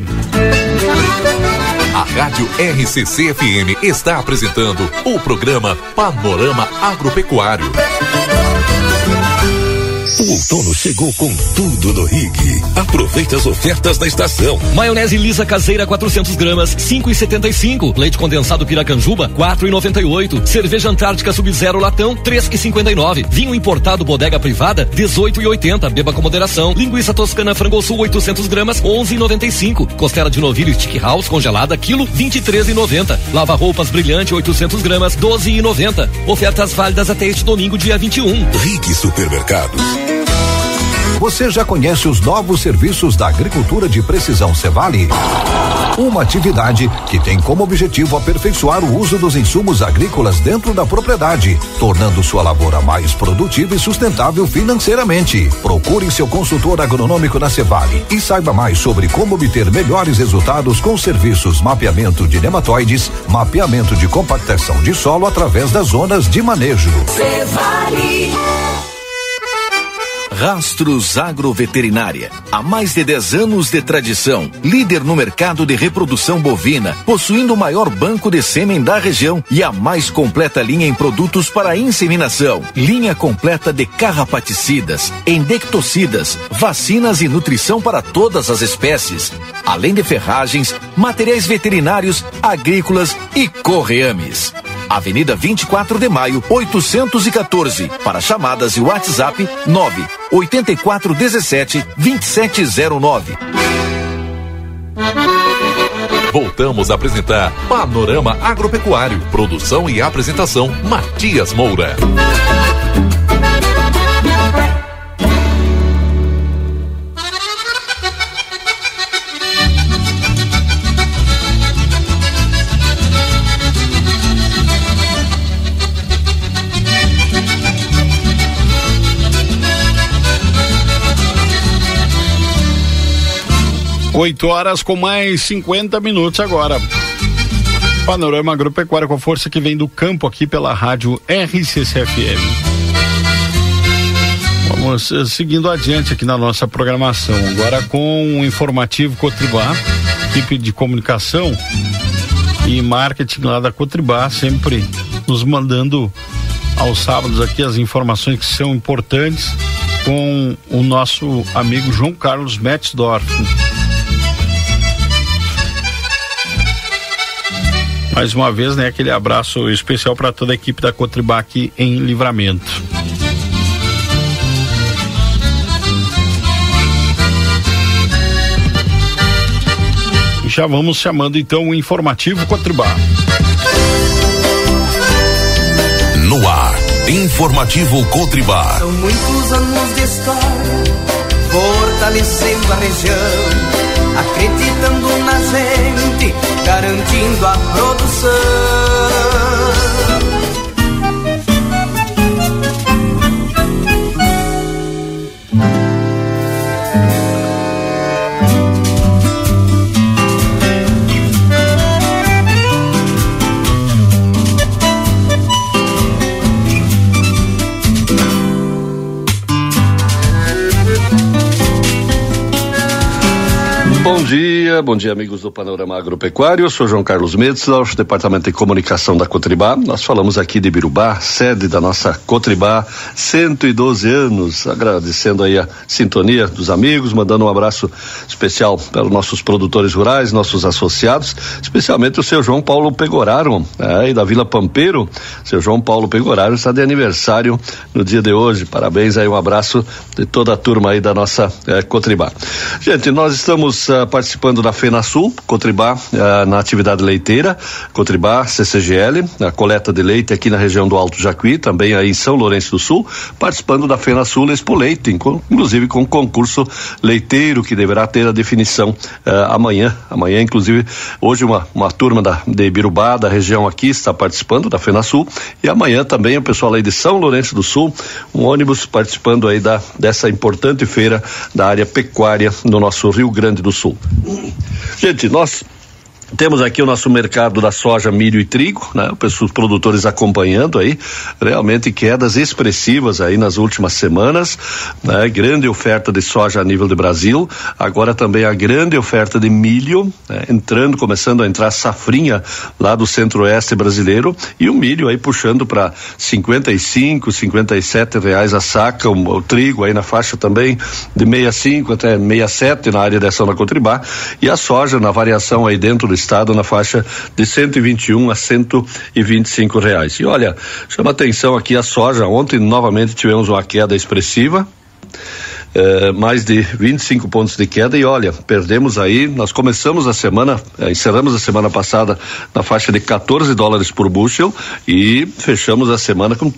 A Rádio RCC-FM está apresentando o programa Panorama Agropecuário. outono chegou com tudo no Rig. Aproveite as ofertas da estação. Maionese lisa caseira 400 gramas, 5,75. Leite condensado Piracanjuba, 4,98. Cerveja Antártica Sub-Zero latão, 3,59. Vinho importado Bodega Privada, 18,80. Beba com moderação. Linguiça toscana Frangosul 800 gramas, 11,95. Costela de novilho Stick House congelada, quilo, 23,90. Lava roupas Brilhante 800 gramas, 12,90. Ofertas válidas até este domingo, dia 21. Rig Supermercados. Você já conhece os novos serviços da Agricultura de Precisão Cevale? Uma atividade que tem como objetivo aperfeiçoar o uso dos insumos agrícolas dentro da propriedade, tornando sua lavoura mais produtiva e sustentável financeiramente. Procure seu consultor agronômico na Cevale e saiba mais sobre como obter melhores resultados com serviços mapeamento de nematóides, mapeamento de compactação de solo através das zonas de manejo. Cevale. Rastros Agroveterinária. Há mais de 10 anos de tradição, líder no mercado de reprodução bovina, possuindo o maior banco de sêmen da região e a mais completa linha em produtos para inseminação. Linha completa de carrapaticidas, endectocidas, vacinas e nutrição para todas as espécies. Além de ferragens, materiais veterinários, agrícolas e correames. Avenida 24 de Maio, 814. Para chamadas e WhatsApp 98417-2709. Voltamos a apresentar Panorama Agropecuário. Produção e apresentação Matias Moura. Oito horas com mais 50 minutos agora. Panorama Agropecuário com a força que vem do campo aqui pela rádio RCC-FM. Vamos seguindo adiante aqui na nossa programação. Agora com o informativo Cotribá, equipe de comunicação e marketing lá da Cotribá, sempre nos mandando aos sábados aqui as informações que são importantes com o nosso amigo João Carlos Metzdorf. Mais uma vez, né, aquele abraço especial para toda a equipe da Cotribá aqui em Livramento. Já vamos chamando então o informativo Cotribá. No ar, informativo Cotribá. São muitos anos de história, fortalecendo a região, acreditando na gente, garantindo a produção. Bom dia amigos do Panorama Agropecuário, eu sou João Carlos Metzdorf, Departamento de Comunicação da Cotribá. Nós falamos aqui de Birubá, sede da nossa Cotribá, 112 anos, agradecendo aí a sintonia dos amigos, mandando um abraço especial para os nossos produtores rurais, nossos associados, especialmente o seu João Paulo Pegoraro, aí da Vila Pampeiro. Seu João Paulo Pegoraro está de aniversário no dia de hoje, parabéns aí, um abraço de toda a turma aí da nossa Cotribá. Gente, nós estamos participando da FenaSul, Cotribá na atividade leiteira, Cotribá, CCGL, a coleta de leite aqui na região do Alto Jacuí, também aí em São Lourenço do Sul, participando da FenaSul Expo Leite, inclusive com o concurso leiteiro que deverá ter a definição amanhã, inclusive hoje uma turma de Birubá, da região aqui, está participando da FenaSul, e amanhã também o pessoal aí de São Lourenço do Sul, um ônibus participando aí dessa importante feira da área pecuária no nosso Rio Grande do Sul. Gente, nós Temos aqui o nosso mercado da soja, milho e trigo, né? Os produtores acompanhando aí, realmente quedas expressivas aí nas últimas semanas, né? Grande oferta de soja a nível do Brasil, agora também a grande oferta de milho, né? Começando a entrar safrinha lá do centro-oeste brasileiro, e o milho aí puxando para 55, 57 reais a saca, o trigo aí na faixa também de 65 até 67 na área de ação da Cotribá, e a soja na variação aí dentro do estado na faixa de 121 a 125 reais. E olha, chama atenção aqui a soja. Ontem novamente tivemos uma queda expressiva, mais de 25 pontos de queda, e olha, perdemos aí, nós começamos a semana, encerramos a semana passada na faixa de 14 dólares por bushel e fechamos a semana com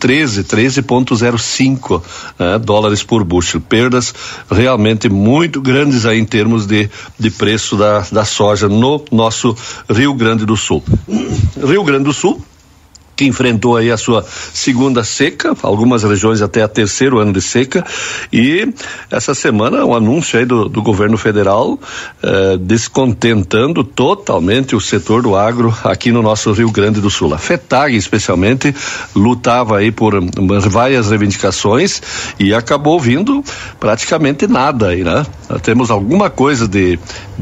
13,05 dólares por bushel. Perdas realmente muito grandes aí em termos de preço da soja no nosso Rio Grande do Sul. Rio Grande do Sul, que enfrentou aí a sua segunda seca, algumas regiões até a terceiro ano de seca, e essa semana um anúncio aí do governo federal descontentando totalmente o setor do agro aqui no nosso Rio Grande do Sul. A FETAG especialmente lutava aí por várias reivindicações e acabou vindo praticamente nada aí, né? Nós temos alguma coisa de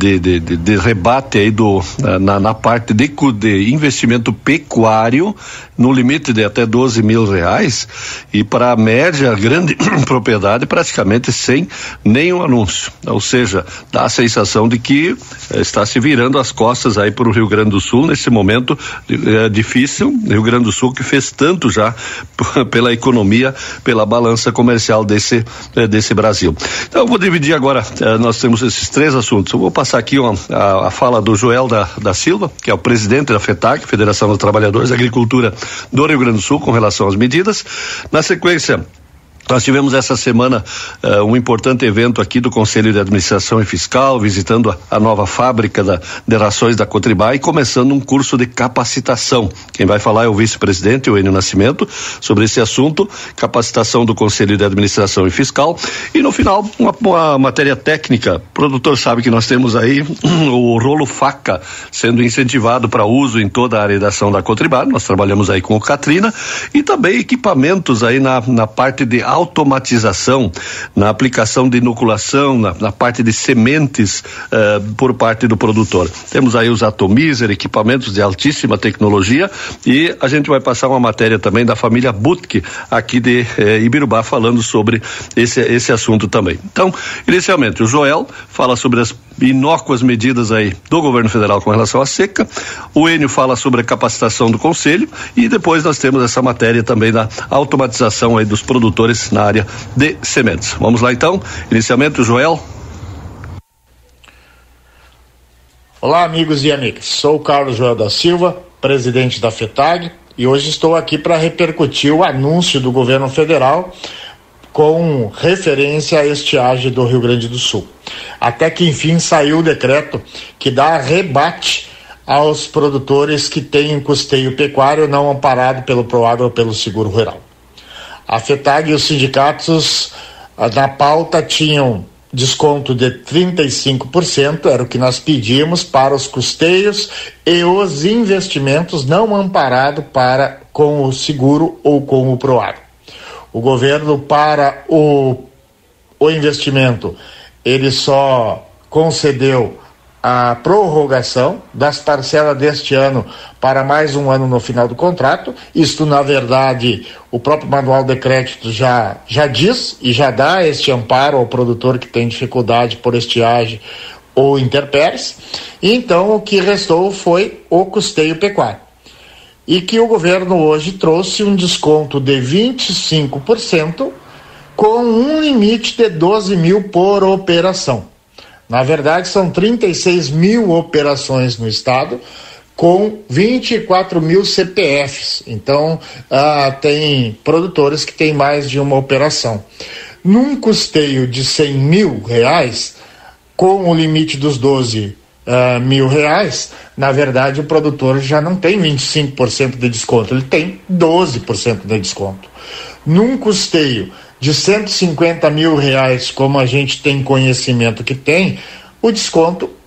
rebate aí na parte de investimento pecuário, no limite de até 12 mil reais, e para a média grande propriedade praticamente sem nenhum anúncio, ou seja, dá a sensação de que está se virando as costas aí para o Rio Grande do Sul nesse momento difícil. Rio Grande do Sul que fez tanto já pela economia, pela balança comercial desse Brasil. Então eu vou dividir agora, nós temos esses três assuntos. Eu vou passar aqui a fala do Joel da Silva, que é o presidente da FETAG, Federação dos Trabalhadores da Agricultura do Rio Grande do Sul, com relação às medidas. Na sequência, nós tivemos essa semana um importante evento aqui do Conselho de Administração e Fiscal, visitando a nova fábrica de rações da Cotribá e começando um curso de capacitação. Quem vai falar é o vice-presidente, o Enio Nascimento, sobre esse assunto, capacitação do Conselho de Administração e Fiscal. E no final, uma matéria técnica. O produtor sabe que nós temos aí o rolo faca sendo incentivado para uso em toda a área de ação da Cotribá. Nós trabalhamos aí com o Katrina, e também equipamentos aí na parte de automatização, na aplicação de inoculação, na parte de sementes por parte do produtor. Temos aí os atomizer, equipamentos de altíssima tecnologia, e a gente vai passar uma matéria também da família Butke aqui de Ibirubá, falando sobre esse assunto também. Então, inicialmente, o Joel fala sobre as inócuas medidas aí do governo federal com relação à seca, o Enio fala sobre a capacitação do conselho, e depois nós temos essa matéria também da automatização aí dos produtores na área de sementes. Vamos lá então, inicialmente o Joel. Olá, amigos e amigas, sou o Carlos Joel da Silva, presidente da FETAG, e hoje estou aqui para repercutir o anúncio do governo federal com referência à estiagem do Rio Grande do Sul. Até que enfim saiu o decreto que dá rebate aos produtores que têm custeio pecuário não amparado pelo Proagro ou pelo Seguro Rural. A FETAG e os sindicatos na pauta tinham desconto de 35%, era o que nós pedimos para os custeios e os investimentos não amparados com o seguro ou com o Proagro. O governo, para o investimento, ele só concedeu a prorrogação das parcelas deste ano para mais um ano no final do contrato. Isto, na verdade, o próprio manual de crédito já diz e já dá este amparo ao produtor que tem dificuldade por estiagem ou intempéries. Então, o que restou foi o custeio pecuário. E que o governo hoje trouxe um desconto de 25% com um limite de 12 mil por operação. Na verdade, são 36 mil operações no estado, com 24 mil CPFs. Então, tem produtores que têm mais de uma operação. Num custeio de 100 mil reais, com o limite dos 12 mil reais, na verdade o produtor já não tem 25% de desconto, ele tem 12% de desconto. Num custeio de 150 mil reais, como a gente tem conhecimento que tem, o desconto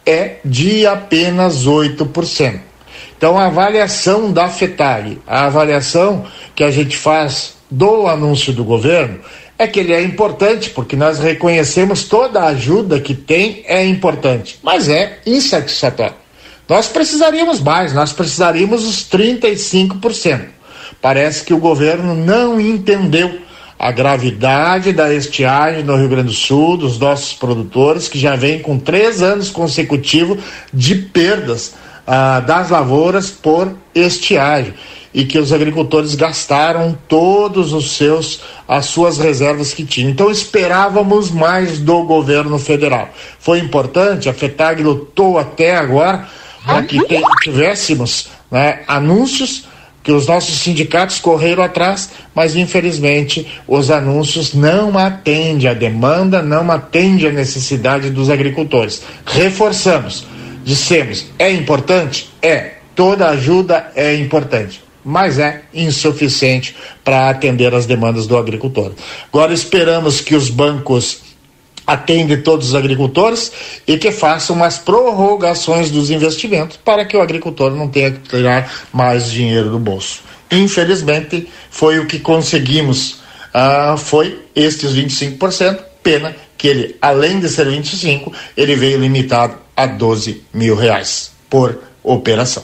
é de apenas 8%. Então, a avaliação da FETAG, a avaliação que a gente faz do anúncio do governo, é que ele é importante, porque nós reconhecemos toda a ajuda que tem, é importante, mas é insatisfatório. Nós precisaríamos mais, nós precisaríamos os 35%. Parece que o governo não entendeu a gravidade da estiagem no Rio Grande do Sul, dos nossos produtores, que já vem com 3 anos consecutivos de perdas das lavouras por estiagem, e que os agricultores gastaram todos as suas reservas que tinham. Então esperávamos mais do governo federal. Foi importante, a FETAG lutou até agora para que tivéssemos, né, anúncios, que os nossos sindicatos correram atrás, mas infelizmente os anúncios não atendem a demanda, não atendem a necessidade dos agricultores. Reforçamos, dissemos, é importante? Toda ajuda é importante, mas é insuficiente para atender as demandas do agricultor. Agora esperamos que os bancos atendem todos os agricultores e que façam umas prorrogações dos investimentos para que o agricultor não tenha que tirar mais dinheiro do bolso. Infelizmente, foi o que conseguimos, foi estes 25%, pena que ele, além de ser 25%, ele veio limitado a R$12 mil por operação.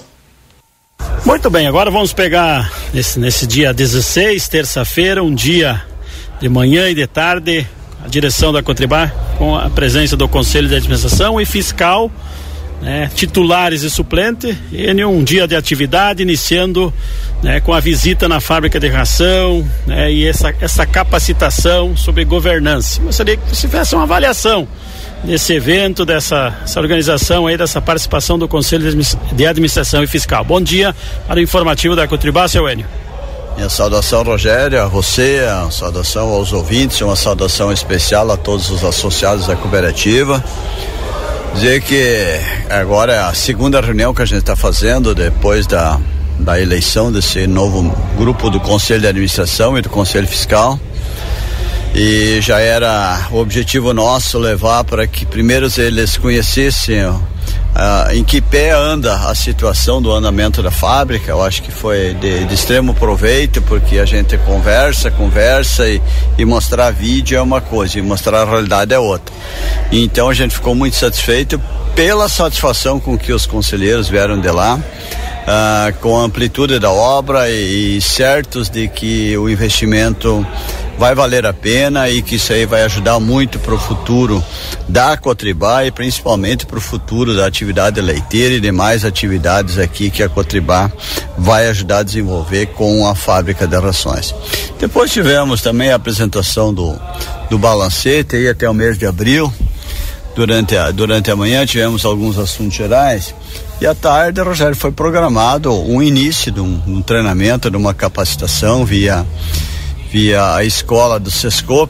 Muito bem, agora vamos pegar nesse dia 16, terça-feira, um dia de manhã e de tarde, a direção da Cotribá, com a presença do Conselho de Administração e Fiscal, né, titulares e suplente, e um dia de atividade, iniciando, né, com a visita na fábrica de ração, né, e essa capacitação sobre governança. Gostaria que você fizesse uma avaliação desse evento, dessa organização aí, dessa participação do Conselho de Administração e Fiscal. Bom dia para o informativo da Cotribá, seu Enio. Minha saudação, Rogério, a você, a saudação aos ouvintes, uma saudação especial a todos os associados da cooperativa. Dizer que agora é a segunda reunião que a gente está fazendo depois da eleição desse novo grupo do Conselho de Administração e do Conselho Fiscal. E já era o objetivo nosso levar para que primeiro eles conhecessem em que pé anda a situação do andamento da fábrica. Eu acho que foi de extremo proveito, porque a gente conversa e mostrar vídeo é uma coisa e mostrar a realidade é outra. E então a gente ficou muito satisfeito pela satisfação com que os conselheiros vieram de lá, com a amplitude da obra e certos de que o investimento vai valer a pena e que isso aí vai ajudar muito para o futuro da Cotribá e principalmente para o futuro da atividade leiteira e demais atividades aqui que a Cotribá vai ajudar a desenvolver com a fábrica de rações. Depois tivemos também a apresentação do balancete aí até o mês de abril. Durante a manhã tivemos alguns assuntos gerais e à tarde, Rogério, foi programado um início de um treinamento, de uma capacitação via a escola do Sescop.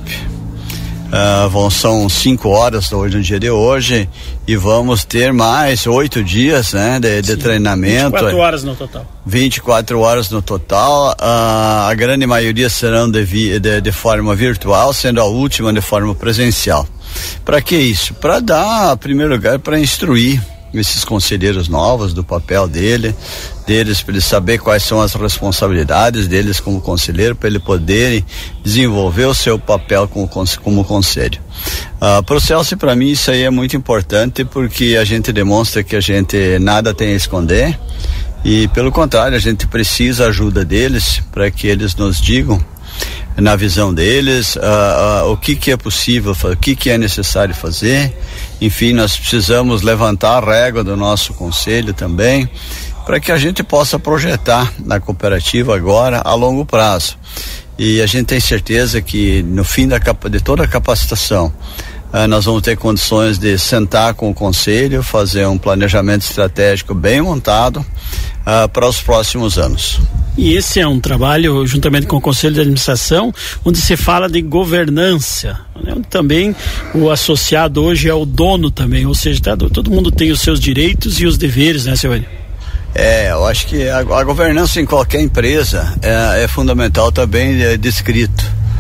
São 5 horas hoje, no dia de hoje, e vamos ter mais 8 dias, né, de treinamento. 24 horas no total. 24 horas no total. A grande maioria serão de forma virtual, sendo a última de forma presencial. Para que isso? Para dar, em primeiro lugar, para instruir esses conselheiros novos do papel deles, para eles saber quais são as responsabilidades deles como conselheiro, para eles poderem desenvolver o seu papel como conselho. Para o Celso e para mim isso aí é muito importante, porque a gente demonstra que a gente nada tem a esconder e, pelo contrário, a gente precisa da ajuda deles para que eles nos digam, na visão deles, o que é possível, o que é necessário fazer. Enfim, nós precisamos levantar a régua do nosso conselho também, para que a gente possa projetar na cooperativa agora a longo prazo. E a gente tem certeza que no fim de toda a capacitação, nós vamos ter condições de sentar com o conselho, fazer um planejamento estratégico bem montado para os próximos anos. E esse é um trabalho, juntamente com o Conselho de Administração, onde se fala de governança, né? Onde também o associado hoje é o dono também, ou seja, todo mundo tem os seus direitos e os deveres, né, seu Enio? Eu acho que a governança em qualquer empresa é fundamental também descrito.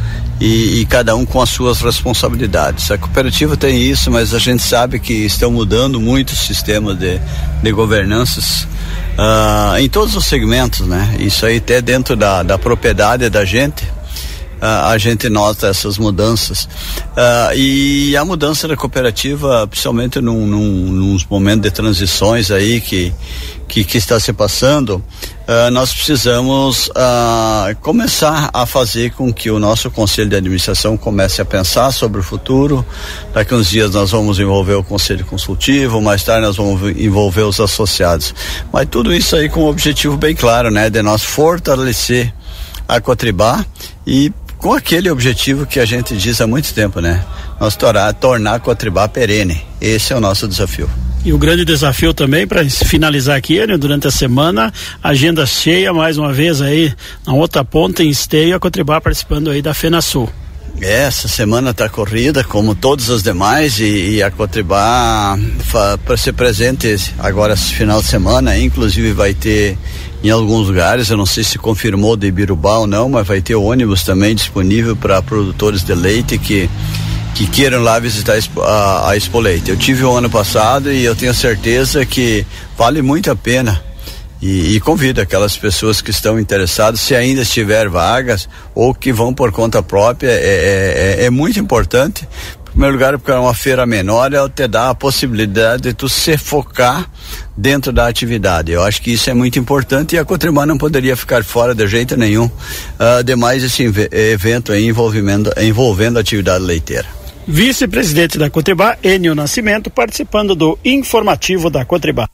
e cada um com as suas responsabilidades. A cooperativa tem isso, mas a gente sabe que estão mudando muito o sistema de governanças em todos os segmentos, né? Isso aí até dentro da propriedade da gente. A gente nota essas mudanças e a mudança da cooperativa, principalmente nos momentos de transições aí que está se passando, nós precisamos começar a fazer com que o nosso conselho de administração comece a pensar sobre o futuro. Daqui uns dias nós vamos envolver o conselho consultivo, mais tarde nós vamos envolver os associados, mas tudo isso aí com um objetivo bem claro, né, de nós fortalecer a Cotribá e com aquele objetivo que a gente diz há muito tempo, né? Nós tornar a Cotribá perene. Esse é o nosso desafio. E o grande desafio também, para finalizar aqui, né, durante a semana, agenda cheia, mais uma vez aí, na outra ponta, em Esteio, a Cotribá participando aí da FenaSul. Essa semana está corrida, como todas as demais, e a Cotribá para ser presente agora esse final de semana, inclusive vai ter em alguns lugares, eu não sei se confirmou de Ibirubá ou não, mas vai ter ônibus também disponível para produtores de leite que queiram lá visitar a Expo Leite. Eu tive o ano passado e eu tenho certeza que vale muito a pena. E convido aquelas pessoas que estão interessadas, se ainda estiver vagas ou que vão por conta própria, é muito importante. Em primeiro lugar, porque é uma feira menor, ela te dá a possibilidade de tu se focar dentro da atividade. Eu acho que isso é muito importante e a Cotribá não poderia ficar fora de jeito nenhum. Demais esse evento aí envolvendo a atividade leiteira. Vice-presidente da Cotribá, Enio Nascimento, participando do informativo da Cotribá.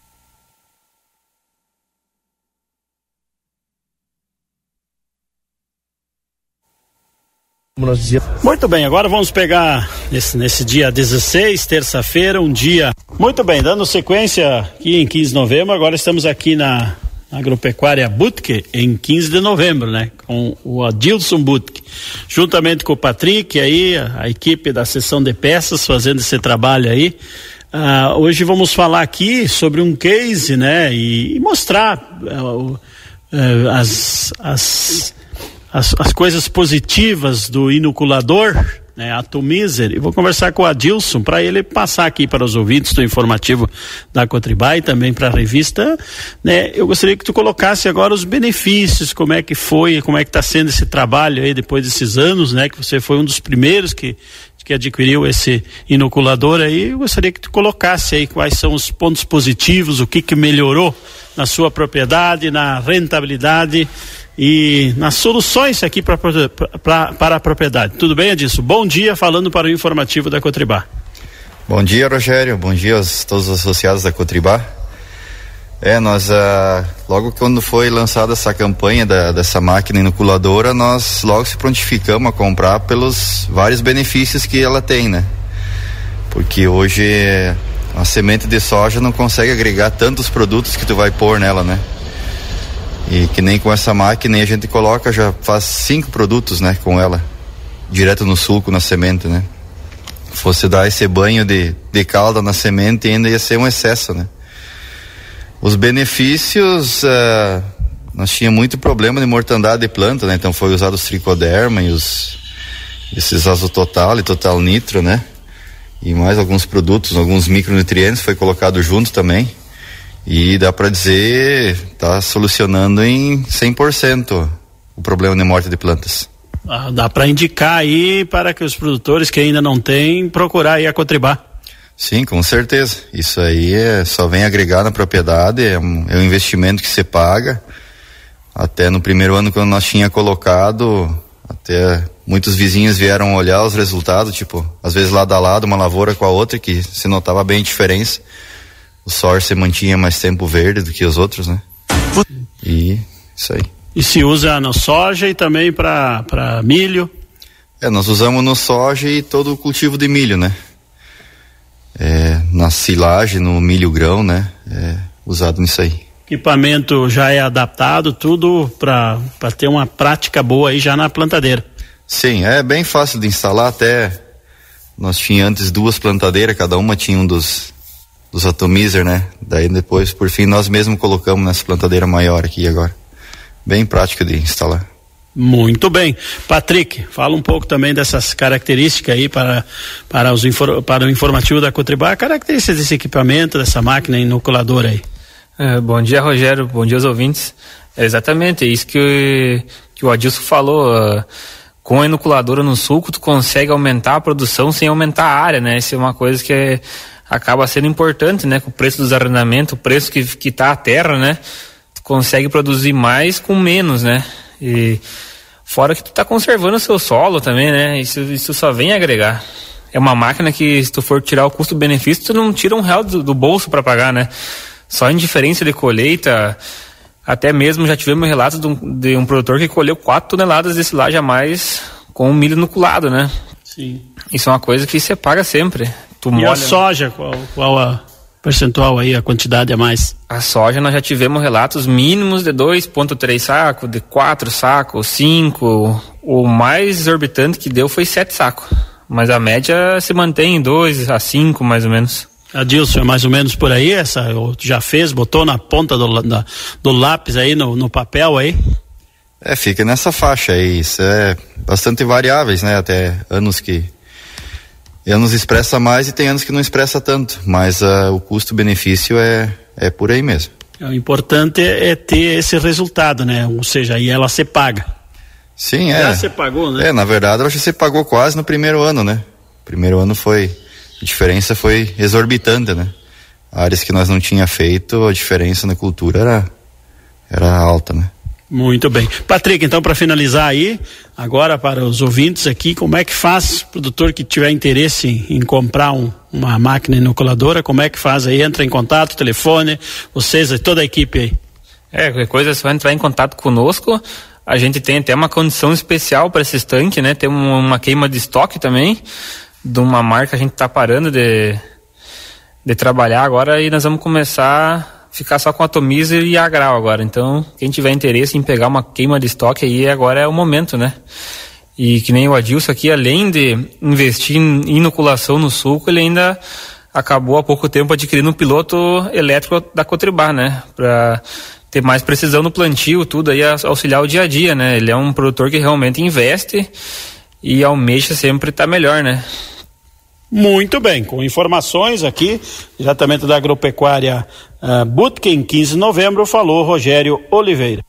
Muito bem, agora vamos pegar nesse dia 16, terça-feira, um dia. Muito bem, dando sequência aqui em 15 de novembro, agora estamos aqui na Agropecuária Butke, em 15 de novembro, né? Com o Adilson Butke, juntamente com o Patrick, aí, a equipe da seção de peças fazendo esse trabalho aí. Hoje vamos falar aqui sobre um case, né? E mostrar as coisas positivas do inoculador, né, Atomizer, e vou conversar com o Adilson para ele passar aqui para os ouvintes do informativo da Cotribá e também para a revista, né? Eu gostaria que tu colocasse agora os benefícios, como é que foi, como é que está sendo esse trabalho aí depois desses anos, né? Que você foi um dos primeiros que adquiriu esse inoculador aí. Eu gostaria que tu colocasse aí quais são os pontos positivos, o que melhorou na sua propriedade, na rentabilidade e nas soluções aqui para a propriedade. Tudo bem, Adilson? Bom dia, falando para o informativo da Cotribá. Bom dia, Rogério. Bom dia a todos os associados da Cotribá. Nós, logo quando foi lançada essa campanha dessa máquina inoculadora, nós logo se prontificamos a comprar pelos vários benefícios que ela tem, né? Porque hoje a semente de soja não consegue agregar tantos produtos que tu vai pôr nela, né? E que nem com essa máquina a gente coloca, já faz 5 produtos, né, com ela, direto no sulco, na semente, né? Se fosse dar esse banho de calda na semente, ainda ia ser um excesso, né? Os benefícios, nós tínhamos muito problema de mortandade de planta, né? Então foi usado os tricoderma e esses azototal e total nitro, né? E mais alguns produtos, alguns micronutrientes foi colocado junto também. E dá para dizer, tá solucionando em 100% o problema de morte de plantas. Dá para indicar aí para que os produtores que ainda não têm, procurar aí a Cotribá. Sim, com certeza. Isso aí só vem agregar na propriedade, é um investimento que se paga. Até no primeiro ano, quando nós tinha colocado, até muitos vizinhos vieram olhar os resultados, tipo, às vezes lado a lado, uma lavoura com a outra, que se notava bem a diferença. O soja se mantinha mais tempo verde do que os outros, né? E isso aí. E se usa no soja e também para milho? Nós usamos no soja e todo o cultivo de milho, né? Na silagem, no milho grão, né? Usado nisso aí. Equipamento já é adaptado, tudo para ter uma prática boa aí já na plantadeira. Sim, é bem fácil de instalar, até nós tínhamos antes 2 plantadeiras, cada uma tinha um dos Atomizer, né? Daí depois, por fim, nós mesmos colocamos nessa plantadeira maior aqui agora. Bem prático de instalar. Muito bem. Patrick, fala um pouco também dessas características aí para o informativo da Cotribá, características desse equipamento, dessa máquina inoculadora aí. Bom dia, Rogério, bom dia aos ouvintes. Exatamente, é isso que o Adilson falou. Com a inoculadora no sulco, tu consegue aumentar a produção sem aumentar a área, né? Isso é uma coisa que acaba sendo importante, né? Com o preço dos arrendamentos, o preço que tá a terra, né? Tu consegue produzir mais com menos, né? E fora que tu tá conservando o seu solo também, né? Isso só vem agregar. É uma máquina que, se tu for tirar o custo-benefício, tu não tira R$1 do bolso para pagar, né? Só em diferença de colheita, até mesmo já tivemos relatos de um produtor que colheu 4 toneladas de silagem a mais com o milho inoculado, né? Sim. Isso é uma coisa que você paga sempre. A soja, qual a percentual aí, a quantidade a mais? A soja nós já tivemos relatos mínimos de 2,3 sacos, de 4 sacos, 5. O mais exorbitante que deu foi 7 sacos. Mas a média se mantém em 2 a 5, mais ou menos. Adilson, é mais ou menos por aí, já fez, botou na ponta do lápis aí, no papel aí? Fica nessa faixa aí, isso é bastante variáveis, né? Até anos expressa mais e tem anos que não expressa tanto, mas o custo-benefício é por aí mesmo. O importante é ter esse resultado, né? Ou seja, aí ela se paga. Sim, Já se pagou, né? Na verdade, ela já se pagou quase no primeiro ano, né? Primeiro ano a diferença foi exorbitante, né? Áreas que nós não tinha feito, a diferença na cultura era alta, né? Muito bem. Patrick, então, para finalizar aí, agora para os ouvintes aqui, como é que faz, produtor que tiver interesse em comprar uma máquina inoculadora, como é que faz aí? Entra em contato, telefone, vocês, toda a equipe aí. Qualquer coisa é só entrar em contato conosco. A gente tem até uma condição especial para esse tanque, né? Tem uma queima de estoque também, de uma marca que a gente tá parando de trabalhar agora, e nós vamos começar a ficar só com atomizer e a grau agora. Então, quem tiver interesse em pegar uma queima de estoque aí, agora é o momento, né? E que nem o Adilson aqui, além de investir em inoculação no sulco, ele ainda acabou há pouco tempo adquirindo um piloto elétrico da Cotribá, né? Para ter mais precisão no plantio, tudo aí, auxiliar o dia a dia, né? Ele é um produtor que realmente investe e almeja sempre estar melhor, né? Muito bem, com informações aqui, diretamente da Agropecuária Butkin, 15 de novembro, falou Rogério Oliveira.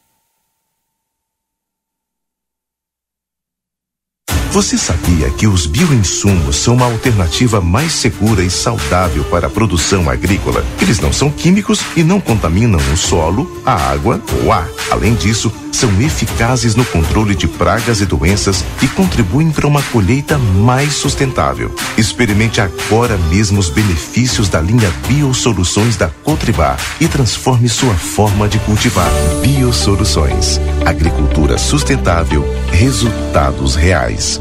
Você sabia que os bioinsumos são uma alternativa mais segura e saudável para a produção agrícola? Eles não são químicos e não contaminam o solo, a água ou o ar. Além disso, são eficazes no controle de pragas e doenças e contribuem para uma colheita mais sustentável. Experimente agora mesmo os benefícios da linha Biosoluções da Cotribá e transforme sua forma de cultivar. Biosoluções. Agricultura sustentável. Resultados reais.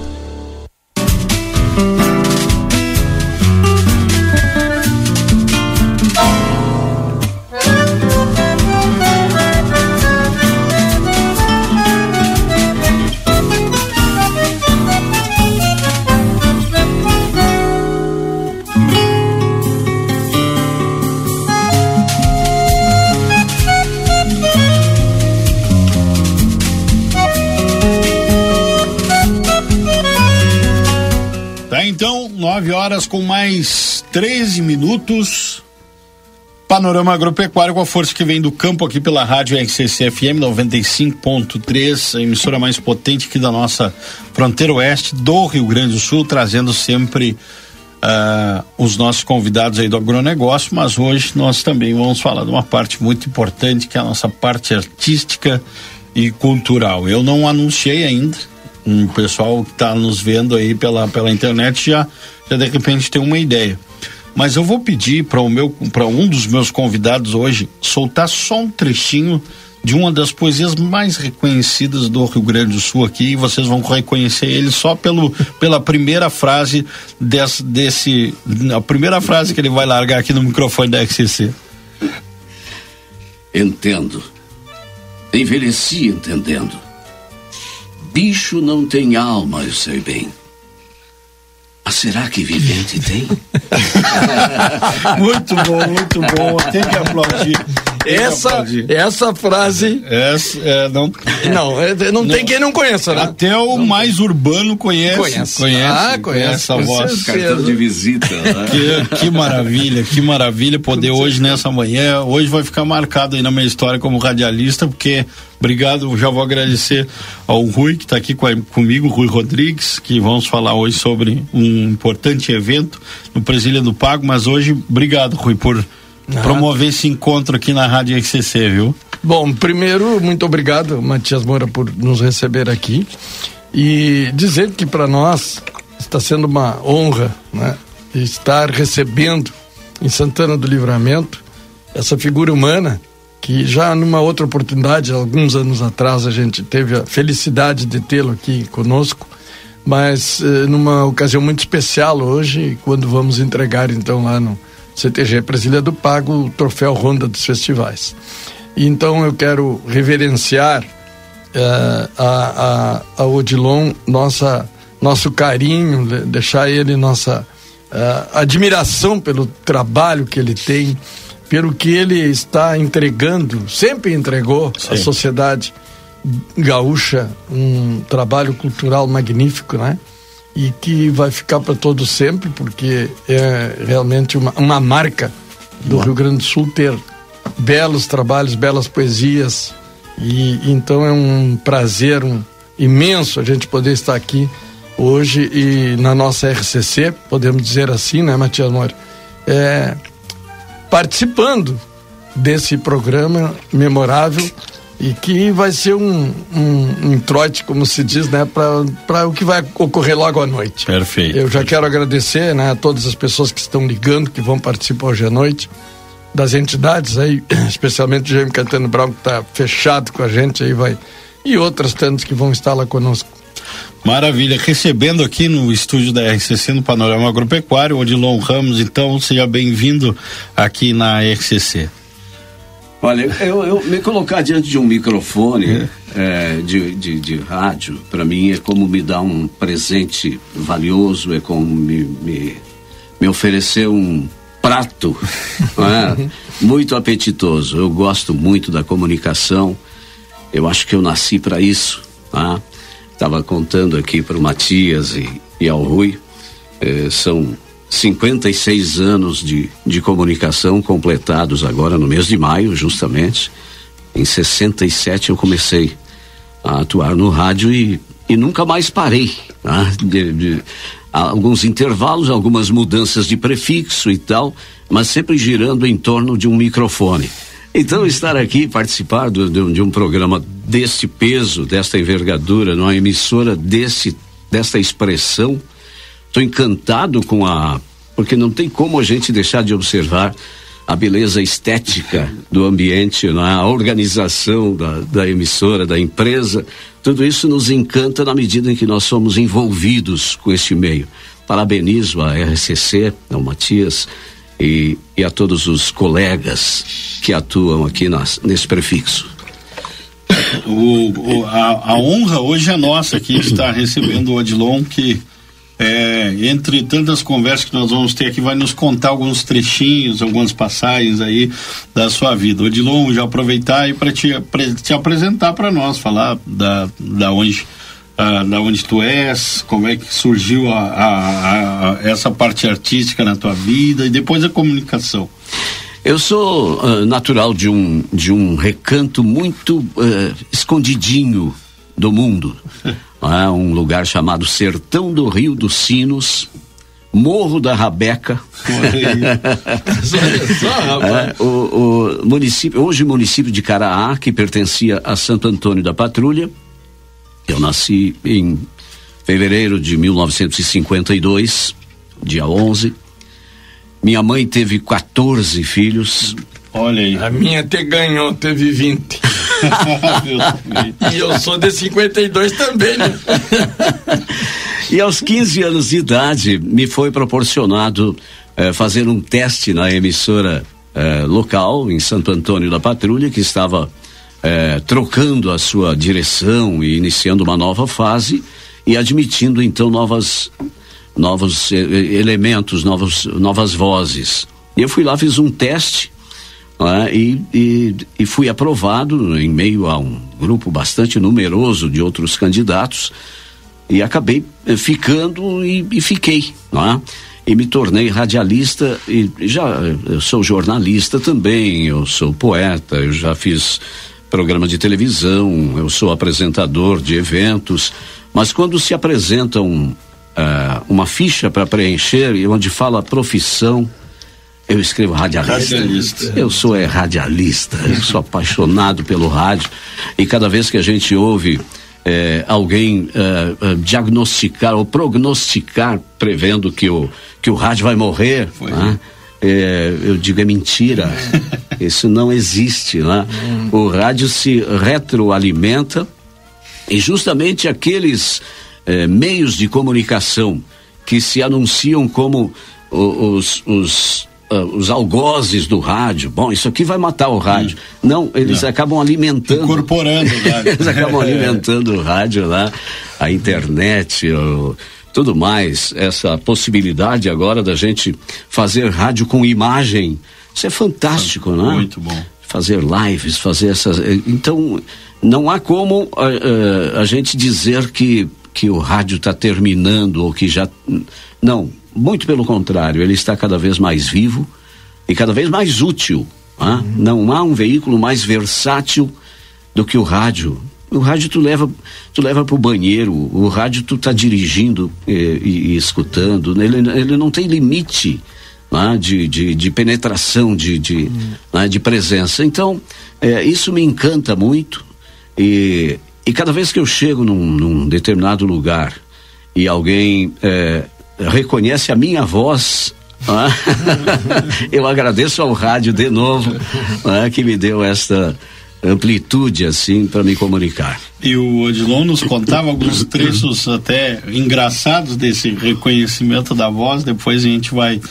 Então, 9 horas com mais 13 minutos. Panorama Agropecuário com a força que vem do campo aqui pela rádio RCC FM 95.3, a emissora mais potente aqui da nossa fronteira oeste do Rio Grande do Sul, trazendo sempre os nossos convidados aí do agronegócio, mas hoje nós também vamos falar de uma parte muito importante, que é a nossa parte artística e cultural. Eu não anunciei ainda, o pessoal que está nos vendo aí pela internet já de repente tem uma ideia. Mas eu vou pedir para um dos meus convidados hoje soltar só um trechinho de uma das poesias mais reconhecidas do Rio Grande do Sul aqui, e vocês vão reconhecer ele só pela primeira frase a primeira frase que ele vai largar aqui no microfone da RCC. Entendo. Envelheci entendendo. Bicho não tem alma, eu sei bem. Mas será que vivente tem? Muito bom, tem que aplaudir. Essa frase. Não tem quem não conheça, né? Até o mais urbano conhece. Conhece a voz. Cartão de visita. Né? Que maravilha poder hoje, nessa manhã. Hoje vai ficar marcado aí na minha história como radialista, porque. Obrigado, já vou agradecer ao Rui, que está aqui comigo, Rui Rodrigues, que vamos falar hoje sobre um importante evento no Presília do Pago, mas hoje, obrigado, Rui, por promover esse encontro aqui na Rádio RCC, viu? Bom, primeiro, muito obrigado, Matias Moura, por nos receber aqui e dizer que para nós está sendo uma honra, né, estar recebendo em Santana do Livramento essa figura humana que já numa outra oportunidade, alguns anos atrás, a gente teve a felicidade de tê-lo aqui conosco, mas numa ocasião muito especial hoje, quando vamos entregar então lá no CTG Presília do Pago o troféu Ronda dos Festivais. E, então eu quero reverenciar a Odilon, nosso carinho, deixar ele nossa admiração pelo trabalho que ele tem, pelo que ele está entregando, sempre entregou à sociedade gaúcha um trabalho cultural magnífico, né? E que vai ficar para todos sempre, porque é realmente uma marca do Rio Grande do Sul ter belos trabalhos, belas poesias, e então é um prazer imenso a gente poder estar aqui hoje e na nossa RCC, podemos dizer assim, né, Matias Moura? Participando desse programa memorável e que vai ser um introite, como se diz, né, para o que vai ocorrer logo à noite. Perfeito. Eu já quero agradecer, né, a todas as pessoas que estão ligando, que vão participar hoje à noite, das entidades aí, especialmente o Jaime Caetano Brown, que está fechado com a gente aí, e outras tantas que vão estar lá conosco. Maravilha, recebendo aqui no estúdio da RCC, no Panorama Agropecuário, Odilon Ramos, então seja bem-vindo aqui na RCC. Olha, eu me colocar diante de um microfone de rádio, para mim é como me dar um presente valioso, é como me oferecer um prato muito apetitoso. Eu gosto muito da comunicação, eu acho que eu nasci para isso, tá? Estava contando aqui para o Matias e ao Rui, são 56 anos de comunicação completados agora no mês de maio, justamente. Em 67 eu comecei a atuar no rádio e nunca mais parei, tá? Alguns intervalos, algumas mudanças de prefixo e tal, mas sempre girando em torno de um microfone. Então, estar aqui, participar de um programa deste peso, desta envergadura, numa emissora desta expressão, estou encantado porque não tem como a gente deixar de observar a beleza estética do ambiente, a organização da emissora, da empresa. Tudo isso nos encanta na medida em que nós somos envolvidos com este meio. Parabenizo a RCC, ao Matias, e a todos os colegas que atuam aqui nesse prefixo. A honra hoje é nossa aqui de estar recebendo o Odilon, que entre tantas conversas que nós vamos ter aqui, vai nos contar alguns trechinhos, algumas passagens aí da sua vida. Odilon, já aproveitar aí para te apresentar para nós, falar da onde tu és, como é que surgiu essa parte artística na tua vida e depois a comunicação. Eu sou natural de um recanto muito escondidinho do mundo. Um lugar chamado Sertão do Rio dos Sinos, Morro da Rabeca. O município, hoje município de Caraá, que pertencia a Santo Antônio da Patrulha. Eu nasci em fevereiro de 1952, dia 11. Minha mãe teve 14 filhos. Olha aí. A minha teve 20. E eu sou de 52 também, né? E aos 15 anos de idade me foi proporcionado fazer um teste na emissora local em Santo Antônio da Patrulha, que estava trocando a sua direção e iniciando uma nova fase e admitindo então novos elementos, novas vozes. E eu fui lá, fiz um teste, E fui aprovado em meio a um grupo bastante numeroso de outros candidatos e acabei ficando e fiquei, e me tornei radialista e eu sou jornalista também, eu sou poeta, eu já fiz programa de televisão, eu sou apresentador de eventos, mas quando se apresenta uma ficha para preencher e onde fala profissão, eu escrevo radialista. Eu sou radialista, eu sou apaixonado pelo rádio e cada vez que a gente ouve alguém diagnosticar ou prognosticar prevendo que o rádio vai morrer, eu digo é mentira. Isso não existe, O rádio se retroalimenta e justamente aqueles meios de comunicação que se anunciam como os algozes do rádio, bom, isso aqui vai matar o rádio. Não, eles acabam alimentando. Incorporando o rádio. Eles acabam alimentando o rádio lá, a internet, tudo mais, essa possibilidade agora da gente fazer rádio com imagem, isso é fantástico, Muito bom. Fazer lives, fazer essas... Então, não há como a gente dizer que o rádio está terminando ou que já... Não, muito pelo contrário, ele está cada vez mais vivo e cada vez mais útil. Não há um veículo mais versátil do que o rádio. O rádio tu leva para o banheiro, o rádio tu tá dirigindo e escutando, ele não tem limite de penetração, de presença. Então, isso me encanta muito e cada vez que eu chego num determinado lugar e alguém reconhece a minha voz, eu agradeço ao rádio de novo, que me deu esta amplitude assim para me comunicar. E o Odilon nos contava alguns trechos até engraçados desse reconhecimento da voz. Depois a gente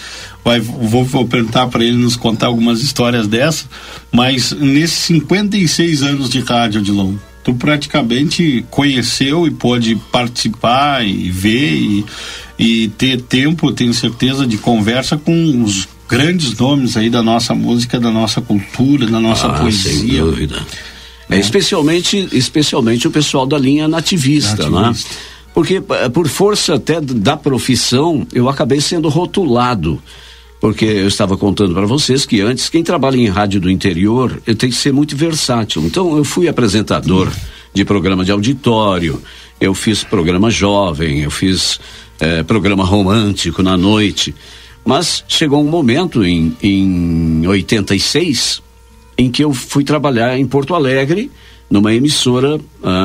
vou perguntar para ele nos contar algumas histórias dessas, mas nesses 56 anos de rádio, Odilon, tu praticamente conheceu e pôde participar e ver e ter tempo, tenho certeza, de conversa com os grandes nomes aí da nossa música, da nossa cultura, da nossa poesia. Sem dúvida. Especialmente o pessoal da linha nativista, Porque por força até da profissão, eu acabei sendo rotulado. Porque eu estava contando para vocês que antes, quem trabalha em rádio do interior, tem que ser muito versátil. Então, eu fui apresentador de programa de auditório, eu fiz programa jovem, eu fiz programa romântico na noite. Mas chegou um momento, em 86, em que eu fui trabalhar em Porto Alegre, numa emissora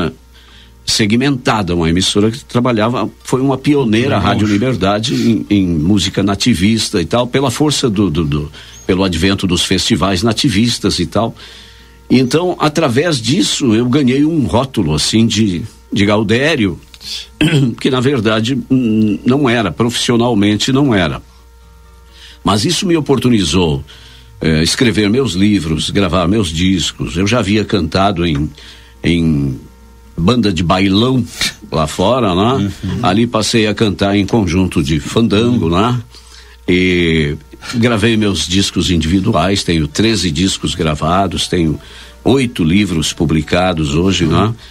segmentada, uma emissora que trabalhava, foi uma pioneira, a Rádio Liberdade, em música nativista e tal, pela força pelo advento dos festivais nativistas e tal. E então, através disso, eu ganhei um rótulo, assim, de Gaudério, que na verdade não era, profissionalmente não era. Mas isso me oportunizou escrever meus livros, gravar meus discos. Eu já havia cantado em banda de bailão lá fora, Ali passei a cantar em conjunto de fandango, E gravei meus discos individuais, tenho 13 discos gravados, tenho 8 livros publicados hoje,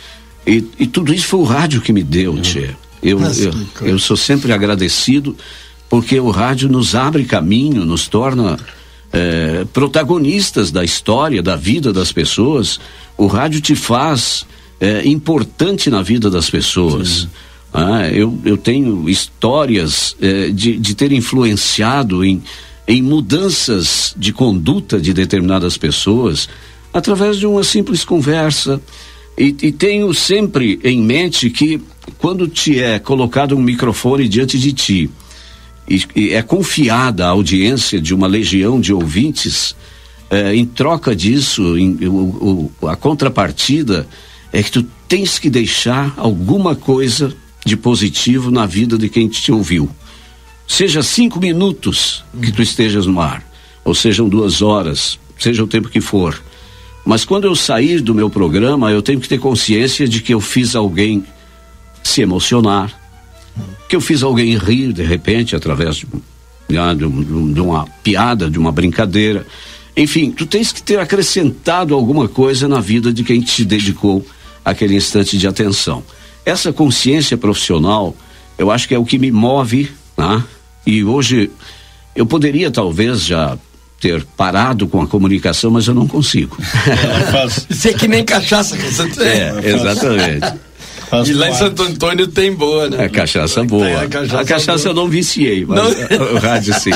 E tudo isso foi o rádio que me deu, tchê. Eu sou sempre agradecido, porque o rádio nos abre caminho, nos torna protagonistas da história, da vida das pessoas. O rádio te faz importante na vida das pessoas. Eu tenho histórias de ter influenciado em mudanças de conduta de determinadas pessoas através de uma simples conversa. E tenho sempre em mente que quando te é colocado um microfone diante de ti e é confiada a audiência de uma legião de ouvintes, em troca disso, a contrapartida é que tu tens que deixar alguma coisa de positivo na vida de quem te ouviu. Seja 5 minutos que tu estejas no ar, ou sejam 2 horas, seja o tempo que for. Mas quando eu sair do meu programa, eu tenho que ter consciência de que eu fiz alguém se emocionar, que eu fiz alguém rir de repente através de uma piada, de uma brincadeira. Enfim, tu tens que ter acrescentado alguma coisa na vida de quem te dedicou aquele instante de atenção. Essa consciência profissional, eu acho que é o que me move, né? E hoje eu poderia talvez já ter parado com a comunicação, mas eu não consigo. Isso é que nem cachaça. Exatamente. E lá em Santo Antônio tem boa, né? É cachaça boa. A cachaça eu não viciei, mas o rádio sim.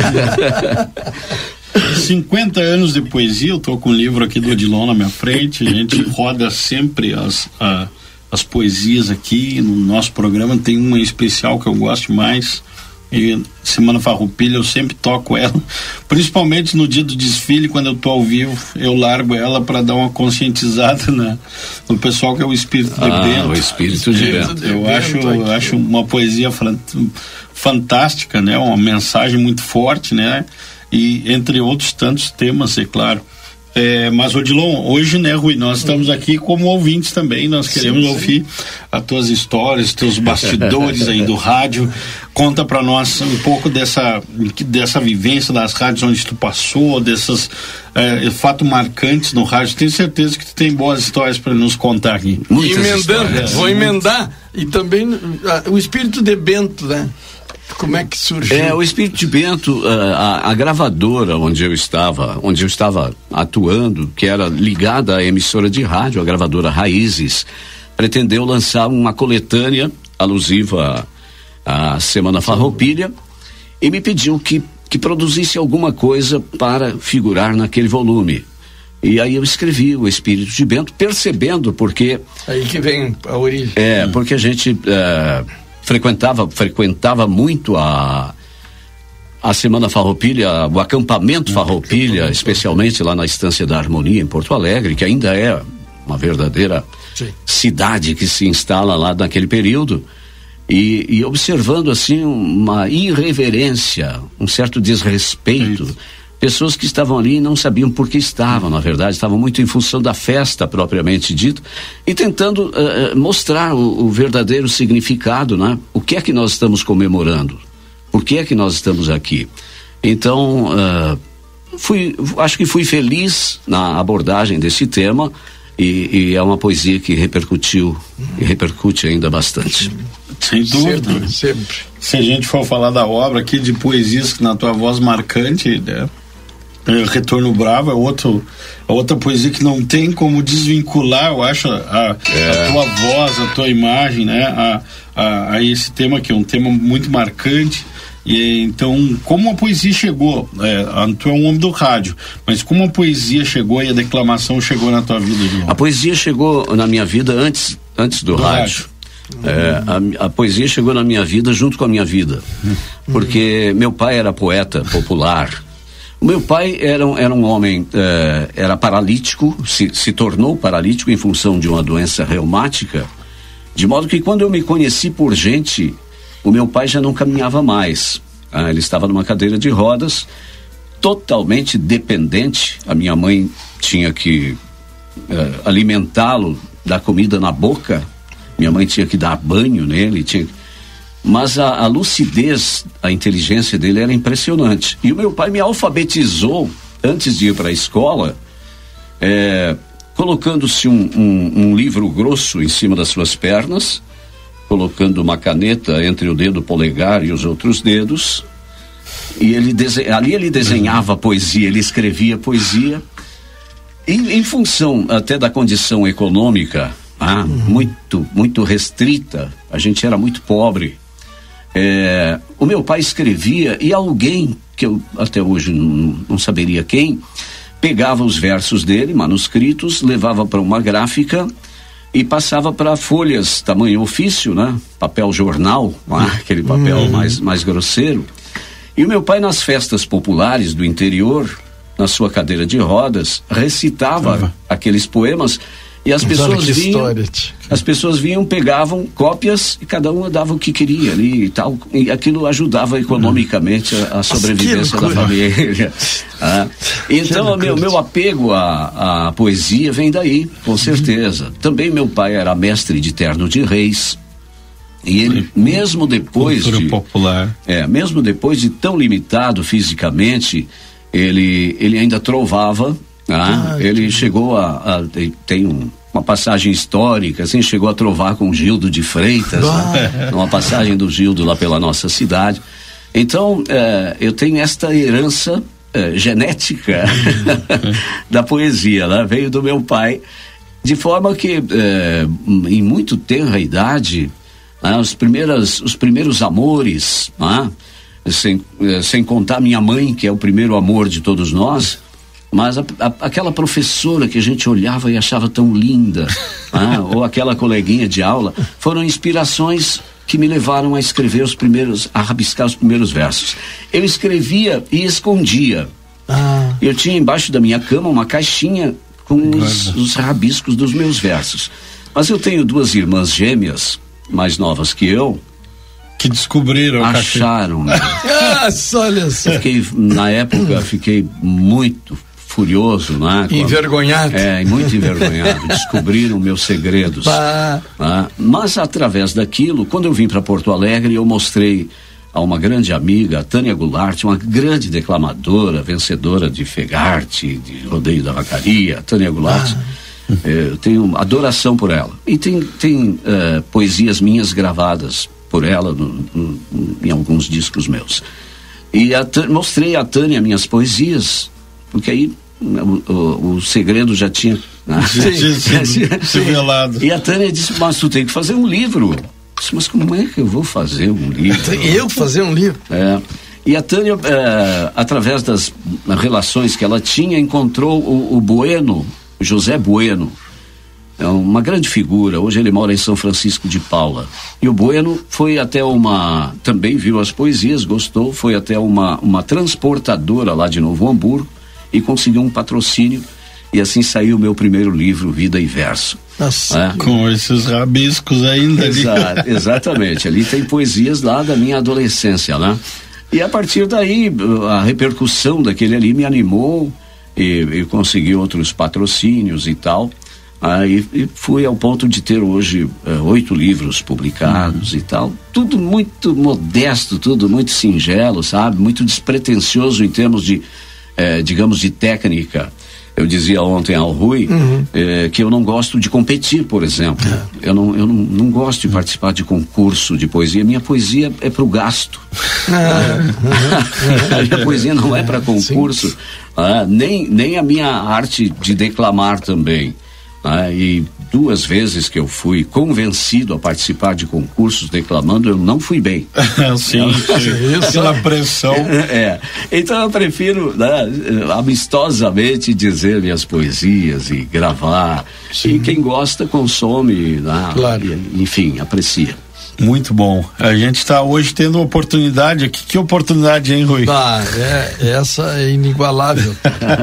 50 anos de poesia, eu tô com um livro aqui do Odilon na minha frente, a gente roda sempre as poesias aqui no nosso programa, tem uma especial que eu gosto mais, e Semana Farroupilha eu sempre toco ela, principalmente no dia do desfile, quando eu tô ao vivo, eu largo ela para dar uma conscientizada no pessoal que é o Espírito de Bento. O Espírito de Bento. Eu acho uma poesia fantástica, né? Uma mensagem muito forte, né? E entre outros tantos temas, é claro. Mas, Odilon, hoje, né, Rui, nós estamos aqui como ouvintes também, nós queremos ouvir as tuas histórias, teus bastidores aí do rádio. Conta para nós um pouco dessa vivência das rádios onde tu passou, desses fatos marcantes no rádio. Tenho certeza que tu tem boas histórias para nos contar aqui. Vou emendar, e também o Espírito de Bento, né? Como é que surgiu? O Espírito de Bento, a gravadora onde eu estava atuando, que era ligada à emissora de rádio, a gravadora Raízes, pretendeu lançar uma coletânea alusiva à Semana Farroupilha e me pediu que produzisse alguma coisa para figurar naquele volume. E aí eu escrevi o Espírito de Bento, percebendo porque... Aí que vem a origem. Porque a gente... frequentava muito a Semana Farroupilha, o acampamento Farroupilha, especialmente lá na Estância da Harmonia em Porto Alegre, que ainda é uma verdadeira cidade que se instala lá naquele período, e observando assim uma irreverência, um certo desrespeito, pessoas que estavam ali e não sabiam por que estavam, na verdade, estavam muito em função da festa propriamente dito, e tentando mostrar o verdadeiro significado, né? O que é que nós estamos comemorando? Por que é que nós estamos aqui? Então, acho que fui feliz na abordagem desse tema, e é uma poesia que repercutiu e repercute ainda bastante. Sem dúvida. Sempre. Se a gente for falar da obra aqui de poesias na tua voz marcante, né? Retorno Bravo é outra poesia que não tem como desvincular, eu acho, a tua voz, a tua imagem, né? A esse tema, que é um tema muito marcante. E então, como a poesia chegou, tu é um homem do rádio, mas como a poesia chegou e a declamação chegou na tua vida, João? A poesia chegou na minha vida antes do rádio. A poesia chegou na minha vida junto com a minha vida, porque meu pai era poeta popular. O meu pai era um homem, era paralítico, se tornou paralítico em função de uma doença reumática, de modo que quando eu me conheci por gente, o meu pai já não caminhava mais. Ele estava numa cadeira de rodas, totalmente dependente. A minha mãe tinha que alimentá-lo, dar comida na boca. Minha mãe tinha que dar banho nele, mas a lucidez, a inteligência dele era impressionante. E o meu pai me alfabetizou antes de ir para a escola, colocando-se um livro grosso em cima das suas pernas, colocando uma caneta entre o dedo polegar e os outros dedos, e ali ele desenhava poesia, ele escrevia poesia, e em função até da condição econômica, muito restrita, a gente era muito pobre, o meu pai escrevia, e alguém, que eu até hoje não saberia quem, pegava os versos dele, manuscritos, levava para uma gráfica e passava para folhas tamanho ofício, né? Papel jornal, aquele papel mais grosseiro. E o meu pai, nas festas populares do interior, na sua cadeira de rodas, recitava aqueles poemas, e as pessoas vinham, pegavam cópias e cada uma dava o que queria ali e tal, e aquilo ajudava economicamente a sobrevivência da família. Então meu apego à poesia vem daí, com certeza. Também meu pai era mestre de terno de reis, e ele, mesmo depois de tão limitado fisicamente, ele ainda trovava, né? Ele chegou tem uma passagem histórica, assim, chegou a trovar com Gildo de Freitas, né? Uma passagem do Gildo lá pela nossa cidade. Então, eu tenho esta herança genética da poesia, né? Veio do meu pai, de forma que em muito tenra idade, né? Os primeiros amores, né? Sem contar minha mãe, que é o primeiro amor de todos nós, mas aquela professora que a gente olhava e achava tão linda, ou aquela coleguinha de aula, foram inspirações que me levaram a escrever a rabiscar os primeiros versos. Eu escrevia e escondia. Eu tinha embaixo da minha cama uma caixinha com os rabiscos dos meus versos. Mas eu tenho 2 irmãs gêmeas, mais novas que eu, que descobriram, acharam, né? Olha só. Na época, fiquei muito furioso, né? Envergonhado. Muito envergonhado. Descobriram meus segredos. Mas através daquilo, quando eu vim para Porto Alegre, eu mostrei a uma grande amiga, a Tânia Goulart, uma grande declamadora, vencedora de Fegarte, de Rodeio da Vacaria, Tânia Goulart. Eu tenho adoração por ela. E tem poesias minhas gravadas por ela em alguns discos meus. E mostrei a Tânia minhas poesias, porque aí o segredo já tinha revelado. E a Tânia disse: mas tu tem que fazer um livro. Eu disse: mas como é que eu vou fazer um livro? Eu fazer um livro? E a Tânia, através das relações que ela tinha, encontrou o Bueno, José Bueno. É uma grande figura. Hoje ele mora em São Francisco de Paula. E o Bueno foi até também viu as poesias, gostou, foi até uma transportadora lá de Novo Hamburgo e conseguiu um patrocínio, e assim saiu o meu primeiro livro, Vida e Verso. Nossa, com esses rabiscos ainda ali. Exatamente, ali tem poesias lá da minha adolescência, né? E a partir daí, a repercussão daquele ali me animou, e consegui outros patrocínios e tal. E fui ao ponto de ter hoje 8 livros publicados e tal, tudo muito modesto, tudo muito singelo, sabe, muito despretensioso em termos de digamos, de técnica. Eu dizia ontem ao Rui que eu não gosto de competir, por exemplo. Eu não gosto de participar de concurso de poesia. Minha poesia é pro gasto. A minha poesia não é para concurso, nem a minha arte de declamar também. E 2 vezes que eu fui convencido a participar de concursos declamando, eu não fui bem. Sim, pela pressão. Então eu prefiro, amistosamente dizer minhas poesias e gravar. Sim. E quem gosta consome, claro. Enfim, aprecia. Muito bom. A gente está hoje tendo uma oportunidade aqui. Que oportunidade, hein, Rui? Essa é inigualável.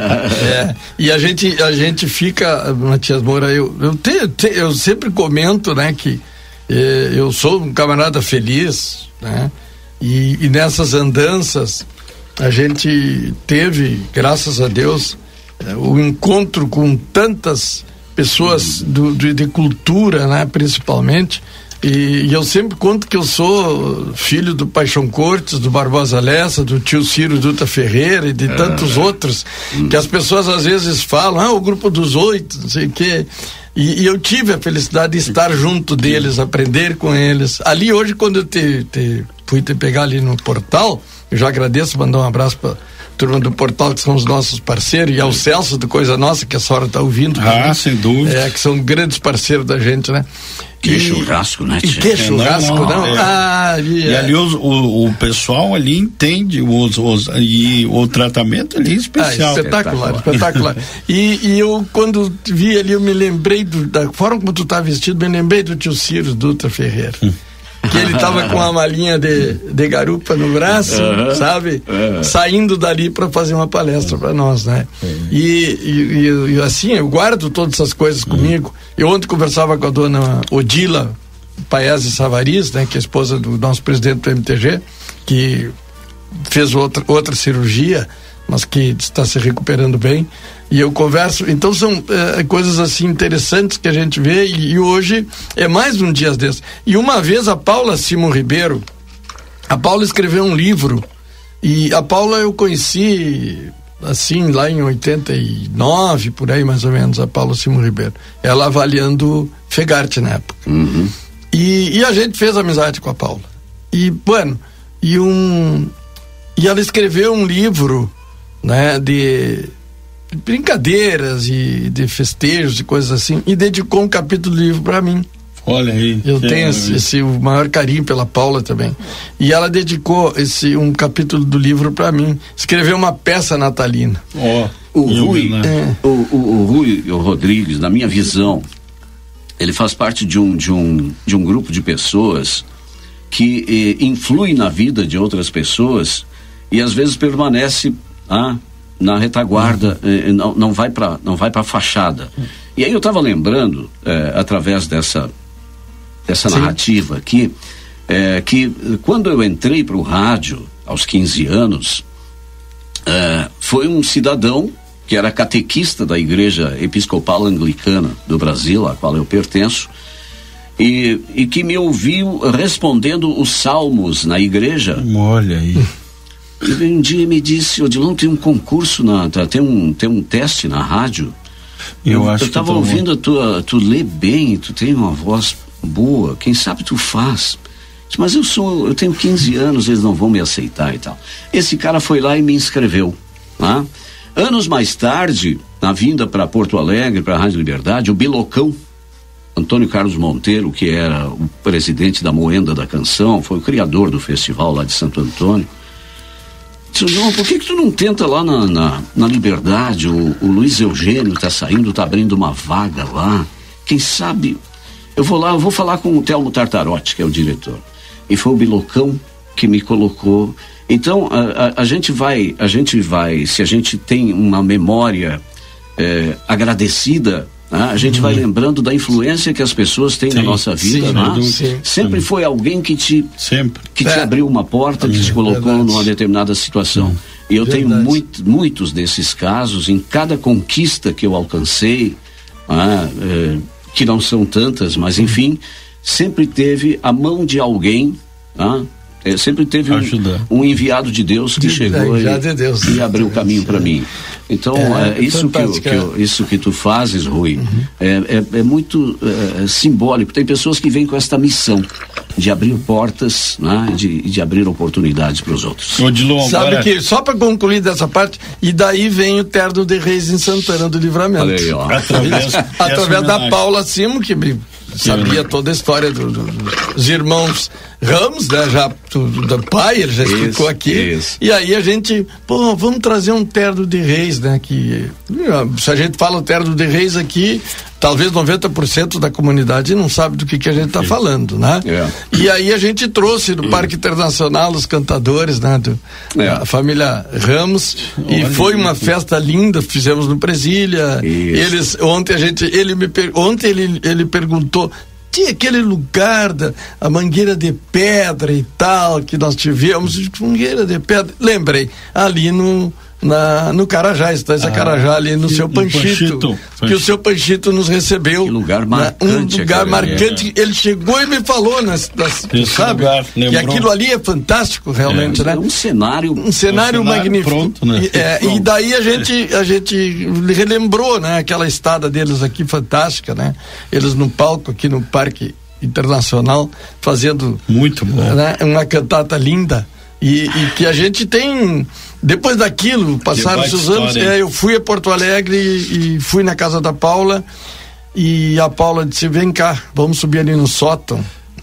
E a gente fica, Matias Moura, eu sempre comento, né, que eu sou um camarada feliz, né? E nessas andanças a gente teve, graças a Deus, o encontro com tantas pessoas de cultura, né, principalmente. E eu sempre conto que eu sou filho do Paixão Cortes, do Barbosa Lessa, do tio Ciro Dutra Ferreira e de tantos outros, que as pessoas às vezes falam, o grupo dos 8, não sei o quê. E eu tive a felicidade de estar junto deles, aprender com eles. Ali hoje, quando eu fui te pegar ali no Portal, eu já agradeço, mandar um abraço para turma do Portal, que são os nossos parceiros, e ao Celso do Coisa Nossa, que a senhora está ouvindo. Sem dúvida. Que são grandes parcos da gente, né? Que churrasco, né? Que churrasco, não? E ali o pessoal ali entende e o tratamento ali é especial. Espetacular. E eu, quando vi ali, eu me lembrei da forma como tu tá vestido, me lembrei do tio Ciro Dutra Ferreira. Que ele tava com uma malinha de garupa no braço, sabe? Saindo dali para fazer uma palestra para nós, né? E assim, eu guardo todas essas coisas comigo. Eu ontem conversava com a dona Odila Paese Savariz, né? Que é a esposa do nosso presidente do MTG, que fez outra cirurgia, mas que está se recuperando bem. E eu converso, então são coisas assim interessantes que a gente vê, e hoje é mais um dia desses. E uma vez a Paula Simon Ribeiro, a Paula escreveu um livro, e a Paula eu conheci assim, lá em 89, por aí mais ou menos, a Paula Simão Ribeiro. Ela avaliando Fegarte na época. Uhum. E a gente fez amizade com a Paula. E, bueno, e ela escreveu um livro, né, de brincadeiras e de festejos e coisas assim, e dedicou um capítulo do livro para mim. Olha aí. Eu tenho o maior carinho pela Paula também. E ela dedicou um capítulo do livro para mim. Escreveu uma peça natalina. O Rui Rodrigues, na minha visão, ele faz parte de um grupo de pessoas que influi na vida de outras pessoas e às vezes permanece na retaguarda, não vai para a fachada. E aí eu estava lembrando, através dessa narrativa aqui, que quando eu entrei para o rádio aos 15 anos, foi um cidadão que era catequista da Igreja Episcopal Anglicana do Brasil, a qual eu pertenço, e que me ouviu respondendo os salmos na igreja. Olha aí. E um dia me disse: Odilon, tem um concurso, tem um teste na rádio. Eu estava ouvindo tu lê bem, tu tem uma voz boa, quem sabe tu faz. Mas eu tenho 15 anos, eles não vão me aceitar e tal. Esse cara foi lá e me inscreveu, né? Anos mais tarde, na vinda para Porto Alegre, para a Rádio Liberdade, o Bilocão, Antônio Carlos Monteiro, que era o presidente da Moenda da Canção, foi o criador do festival lá de Santo Antônio, disse: João, por que tu não tenta lá na Liberdade? O Luiz Eugênio tá saindo, tá abrindo uma vaga lá, quem sabe eu vou lá, eu vou falar com o Telmo Tartarotti, que é o diretor. E foi o Bilocão que me colocou. Então a gente vai, se a gente tem uma memória agradecida, a gente vai lembrando da influência que as pessoas têm na nossa vida, sempre foi alguém que te abriu uma porta, que te colocou numa determinada situação. E eu tenho muitos desses casos, em cada conquista que eu alcancei, que não são tantas, mas enfim, sempre teve a mão de alguém, sempre teve um enviado de Deus que chegou e abriu o caminho para mim. Então, isso que tu fazes, Rui, é muito simbólico. Tem pessoas que vêm com esta missão de abrir portas, de abrir oportunidades para os outros. Sabe que, só para concluir dessa parte, e daí vem o Terno de Reis em Santana do Livramento. Olha aí, ó. Através da Paula Simo, que sabia toda a história dos irmãos Ramos, né? Do pai, ele já explicou aqui. E aí a gente, vamos trazer um Terno de Reis, né? Que, se a gente fala o Terno de Reis aqui, talvez 90% da comunidade não sabe do que a gente está falando, né? E aí a gente trouxe do Parque Internacional os cantadores, né? A família Ramos, e foi uma festa linda, fizemos no Presília. Ontem ele perguntou: tinha aquele lugar a Mangueira de Pedra e tal, que nós tivemos, Mangueira de Pedra, lembrei, ali no Carajás, essa Carajá ali no Seu Panchito, que o Seu Panchito nos recebeu. Que lugar marcante. Um lugar marcante. Ele chegou e me falou, sabe? E aquilo ali é fantástico, realmente, né? Um cenário magnífico. Pronto, né? E daí a gente relembrou, né? Aquela estada deles aqui fantástica, né? Eles no palco aqui no Parque Internacional, fazendo muito bom, né? Uma cantata linda. E que a gente tem, depois daquilo, passaram-se os anos, eu fui a Porto Alegre e fui na casa da Paula, e a Paula disse: vem cá, vamos subir ali no sótão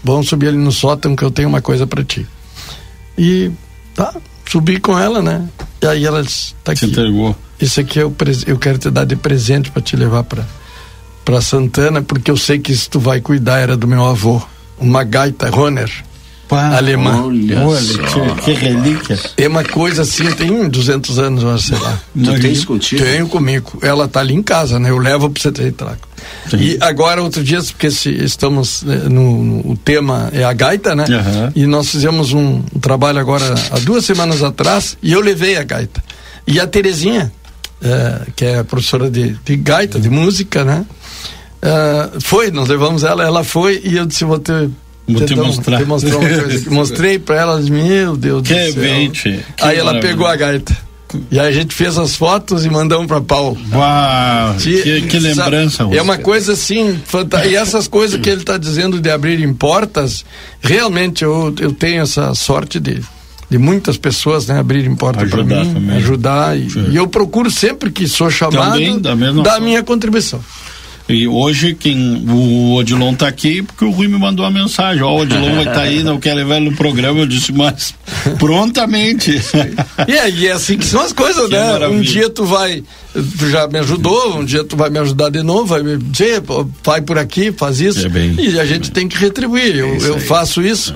que eu tenho uma coisa para ti. E subi com ela, né? E aí ela disse: tá aqui, entregou. Isso aqui eu quero te dar de presente para te levar para Santana, porque eu sei que isso tu vai cuidar. Era do meu avô, uma gaita Roner alemã. Olha que relíquia. É uma coisa assim, tem 200 anos, eu acho, sei lá. Tu tens contigo? Tenho comigo. Ela tá ali em casa, né? Eu levo pra você ter trago. E agora, outro dia, porque estamos o tema é a gaita, né? E nós fizemos um trabalho agora, há 2 semanas atrás, e eu levei a gaita. E a Terezinha, que é professora de gaita, de música, né? Nós levamos ela foi, e eu disse: vou te mostrar uma coisa. Mostrei pra ela, meu Deus do céu. Aí ela pegou a gaita. E aí a gente fez as fotos e mandamos para Paulo. Uau, que lembrança. É uma coisa assim, fantástica. E essas coisas que ele está dizendo de abrir portas, realmente eu tenho essa sorte de muitas pessoas, né, abrirem porta para mim, também. Ajudar. E eu procuro sempre que sou chamado dar minha contribuição. E hoje o Odilon tá aqui porque o Rui me mandou uma mensagem, o Odilon vai estar aí, não quer levar ele no programa, eu disse, mas prontamente. E é assim que são as coisas, que né? Maravilha. Um dia tu já me ajudou, um dia tu vai me ajudar de novo, vai me dizer, vai por aqui, faz isso, e a gente tem que retribuir. Eu faço isso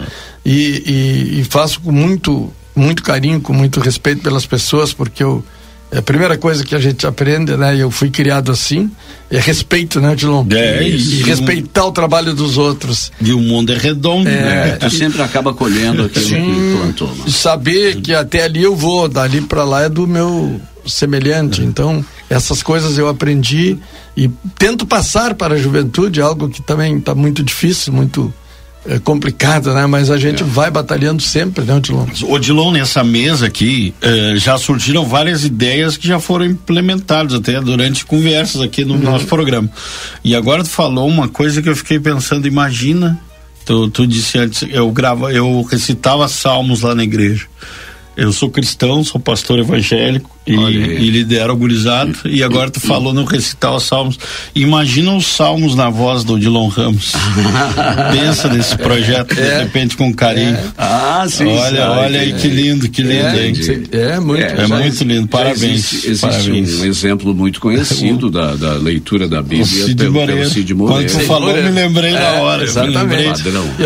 e faço com muito, muito carinho, com muito respeito pelas pessoas, porque a primeira coisa que a gente aprende, né? Eu fui criado assim, é respeito, né, Odilon? E respeitar o trabalho dos outros. E o mundo é redondo, né? Tu sempre acaba colhendo aquilo que plantou. E saber que até ali eu vou, dali para lá é do meu semelhante. Então, essas coisas eu aprendi e tento passar para a juventude, algo que também está muito difícil, muito complicado, né? Mas a gente vai batalhando sempre, né, Odilon? Odilon, nessa mesa aqui, já surgiram várias ideias que já foram implementadas até durante conversas aqui no nosso programa. E agora tu falou uma coisa que eu fiquei pensando, imagina, tu disse antes, eu recitava salmos lá na igreja. Eu sou cristão, sou pastor evangélico e lidero o gurizado, e agora tu falou no recitar os salmos. Imagina os salmos na voz do Odilon Ramos. Pensa nesse projeto, de repente, com carinho. Sim. Olha aí que lindo, hein? Muito lindo, parabéns. Existe um exemplo muito conhecido da leitura da Bíblia pelo Cid Moreira. Quando tu falou, me lembrei na hora. Exatamente.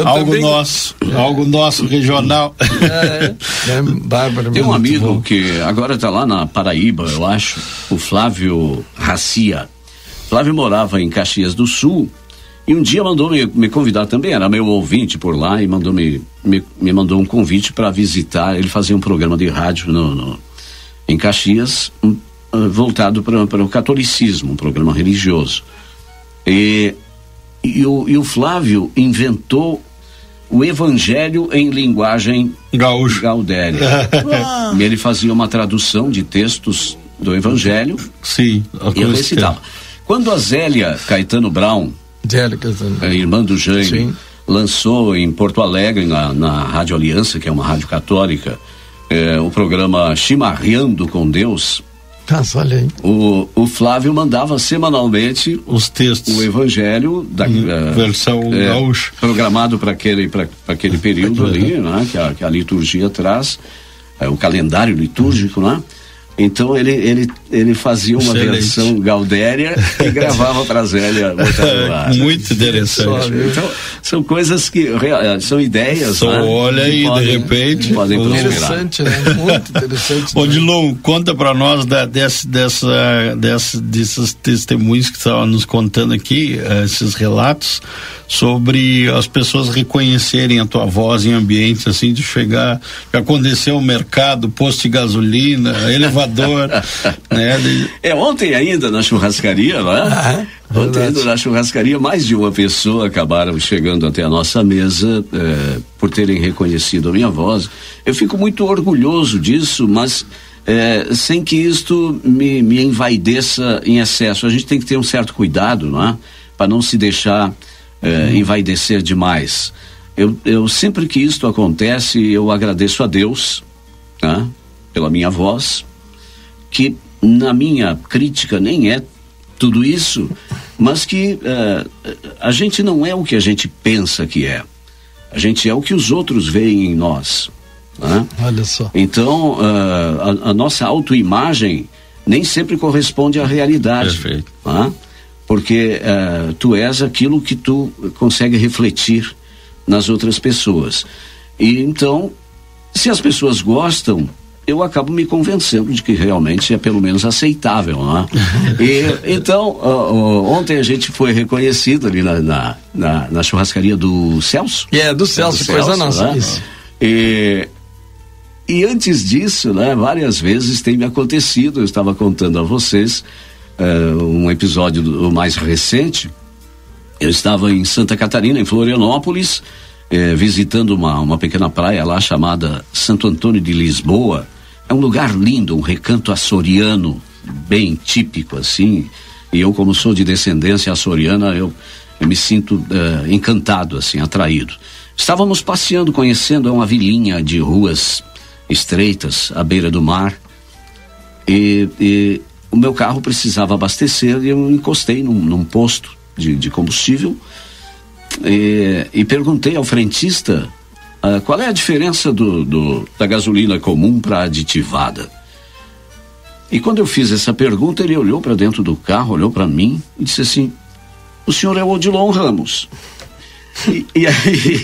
Algo nosso regional. Tem um amigo que agora está lá na Paraíba, eu acho, o Flávio Racia. Flávio morava em Caxias do Sul e um dia mandou me convidar também, era meu ouvinte por lá, e me mandou um convite para visitar. Ele fazia um programa de rádio em Caxias, voltado para o catolicismo, um programa religioso. E o Flávio inventou o evangelho em linguagem gaudéria. E ele fazia uma tradução de textos do evangelho. Sim. E eu recitava. Quando a Zélia Caetano Brown, irmã do Jaime, lançou em Porto Alegre, na Rádio Aliança, que é uma rádio católica, o programa Chimarreando com Deus, olha aí. O Flávio mandava semanalmente os textos, o evangelho da versão gaúcha, programado para aquele período ali, né, que a liturgia traz, o calendário litúrgico, né? Então ele fazia uma versão gaudéria e gravava para a Zélia. Muito interessante. Então, são coisas que são ideias. Olha aí, de repente. Podem interessante, né? Muito interessante. Odilon, conta para nós desses testemunhos que estavam nos contando aqui, esses relatos sobre as pessoas reconhecerem a tua voz em ambientes assim, de chegar, já aconteceu o mercado, posto de gasolina, elevador, né? Ontem ainda na churrascaria, né? Ontem na churrascaria, mais de uma pessoa acabaram chegando até a nossa mesa por terem reconhecido a minha voz. Eu fico muito orgulhoso disso, mas sem que isto me envaideça em excesso. A gente tem que ter um certo cuidado, não é? Para não se deixar envaidecer demais. Eu sempre que isto acontece, eu agradeço a Deus, tá? Pela minha voz, que na minha crítica nem é tudo isso, mas que a gente não é o que a gente pensa que é. A gente é o que os outros veem em nós, né? Olha só. Então a nossa autoimagem nem sempre corresponde à realidade. Perfeito. Né? Porque tu és aquilo que tu consegue refletir nas outras pessoas. E então, se as pessoas gostam, eu acabo me convencendo de que realmente é pelo menos aceitável, né? E então, ontem a gente foi reconhecido ali na churrascaria do Celso. Do Celso, coisa nossa. Né? Isso. E antes disso, né, várias vezes tem me acontecido, eu estava contando a vocês um episódio mais recente. Eu estava em Santa Catarina, em Florianópolis, visitando uma pequena praia lá chamada Santo Antônio de Lisboa, é um lugar lindo, um recanto açoriano, bem típico assim, e eu, como sou de descendência açoriana, eu me sinto encantado, assim, atraído. Estávamos passeando, conhecendo uma vilinha de ruas estreitas à beira do mar, e o meu carro precisava abastecer, e eu encostei num posto de combustível e perguntei ao frentista qual é a diferença da gasolina comum para aditivada. E quando eu fiz essa pergunta, ele olhou para dentro do carro, olhou para mim e disse assim: o senhor é o Odilon Ramos. E aí,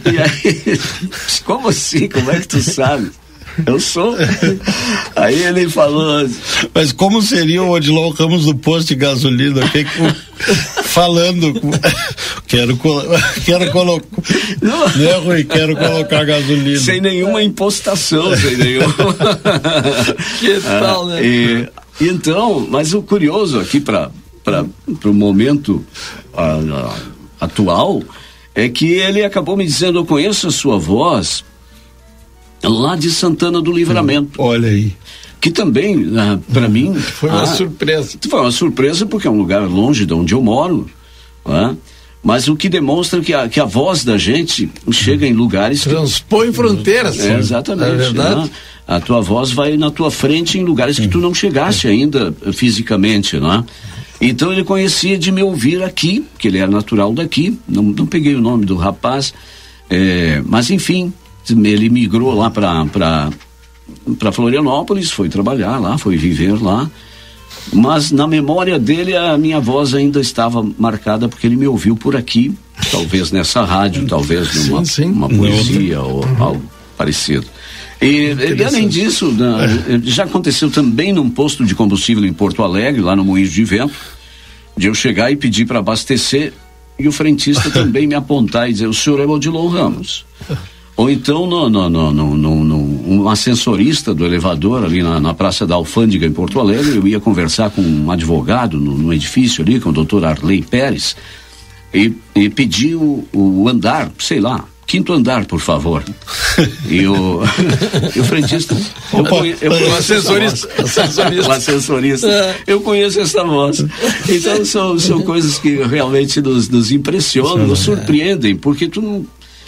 como assim? Como é que tu sabe? Eu sou. Aí ele falou. Mas como seria o Odilon Ramos do posto de gasolina? Falando. Quero colocar. Né, Rui? Quero colocar gasolina. Sem nenhuma impostação, sem nenhuma. Que tal, né? Então, mas o curioso aqui para o momento atual é que ele acabou me dizendo: eu conheço a sua voz lá de Santana do Livramento. Olha aí. Que também, para mim... Foi uma surpresa. Foi uma surpresa porque é um lugar longe de onde eu moro, mas o que demonstra que a voz da gente chega em lugares... Transpõe fronteiras. Exatamente. É verdade. A tua voz vai na tua frente em lugares que tu não chegaste ainda fisicamente, Então ele conhecia de me ouvir aqui, que ele era natural daqui, não peguei o nome do rapaz, mas enfim... Ele migrou lá para Florianópolis, foi trabalhar lá, foi viver lá, mas na memória dele a minha voz ainda estava marcada porque ele me ouviu por aqui, talvez nessa rádio, talvez numa poesia ou algo parecido. E além disso, já aconteceu também num posto de combustível em Porto Alegre, lá no Moinho de Vento, de eu chegar e pedir para abastecer e o frentista também me apontar e dizer: o senhor é o Odilon Ramos. Ou então um ascensorista do elevador ali na Praça da Alfândega em Porto Alegre, eu ia conversar com um advogado no edifício ali, com o doutor Arley Pérez, e pedi o andar, sei lá, 5º andar, por favor. E o frentista... O ascensorista. Eu conheço essa voz. Então são coisas que realmente nos impressionam, nos surpreendem, porque tu não...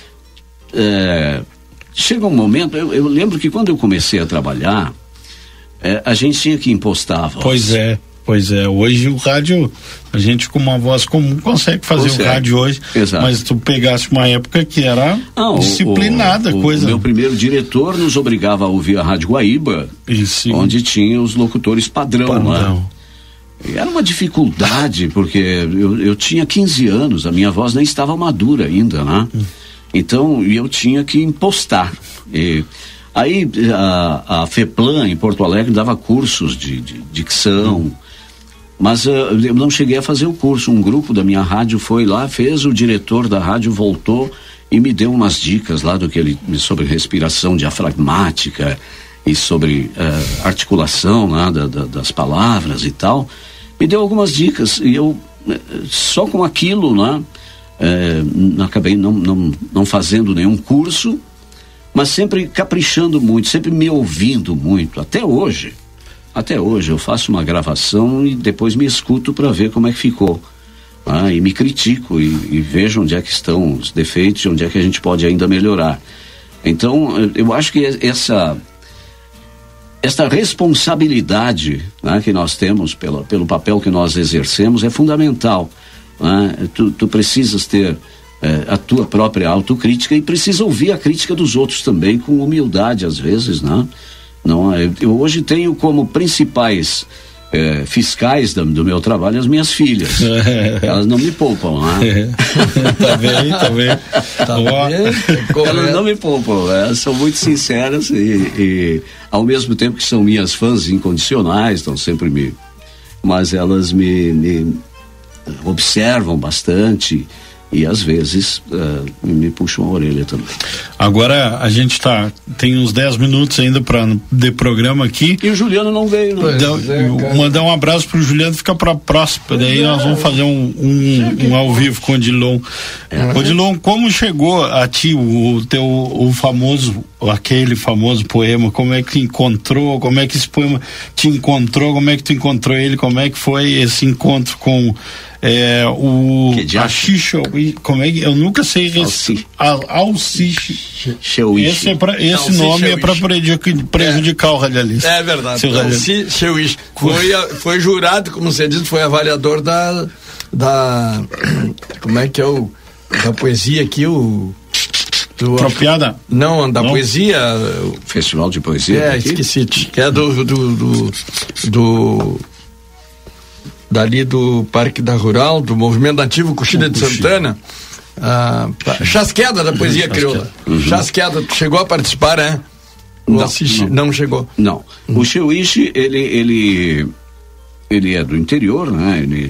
chega um momento, eu lembro que quando eu comecei a trabalhar, a gente tinha que impostar a voz. Pois é, hoje o rádio, a gente com uma voz comum consegue fazer o rádio hoje. Exato. Mas tu pegasse uma época que era disciplinada coisa. O meu primeiro diretor nos obrigava a ouvir a Rádio Guaíba, onde tinha os locutores padrão. E era uma dificuldade, porque eu tinha 15 anos, a minha voz nem estava madura ainda, Então, eu tinha que impostar. Aí, a FEPLAN, em Porto Alegre, dava cursos de dicção, mas eu não cheguei a fazer o curso. Um grupo da minha rádio foi lá, fez, o diretor da rádio voltou e me deu umas dicas lá sobre respiração diafragmática e sobre articulação das palavras e tal. Me deu algumas dicas e eu, só com aquilo, acabei não fazendo nenhum curso, mas sempre caprichando muito, sempre me ouvindo muito, até hoje eu faço uma gravação e depois me escuto para ver como é que ficou, e me critico e vejo onde é que estão os defeitos e onde é que a gente pode ainda melhorar. Então eu acho que essa responsabilidade, que nós temos pelo papel que nós exercemos é fundamental. Tu precisas ter a tua própria autocrítica e precisa ouvir a crítica dos outros também com humildade às vezes, eu hoje tenho como principais fiscais do meu trabalho as minhas filhas. Elas não me poupam, Tá bem. Elas não me poupam, elas são muito sinceras e ao mesmo tempo que são minhas fãs incondicionais, estão sempre mas elas me observam bastante e às vezes me puxam a orelha também. Agora a gente tem uns 10 minutos ainda de programa aqui. E o Juliano não veio, né? Mandar um abraço pro Juliano, fica pra próxima, daí nós vamos fazer um ao vivo com o Odilon. Odilon, como chegou a ti aquele famoso poema, como é que encontrou, como é que esse poema te encontrou, como é que tu encontrou ele, como é que foi esse encontro com a Xixa, como é que eu nunca sei Alci esse nome é para prejudicar o radialista. É verdade. Foi jurado, como você disse, foi avaliador da como é que é da poesia aqui, Tropiada? Não, da poesia. Festival de poesia. Esqueci. Que é dali do Parque da Rural, do Movimento Nativo Coxilha de Santana. Chasqueda da poesia crioula. Chasqueda, tu chegou a participar, né? Não chegou. Não. O Cheuíche, ele é do interior, né? Ele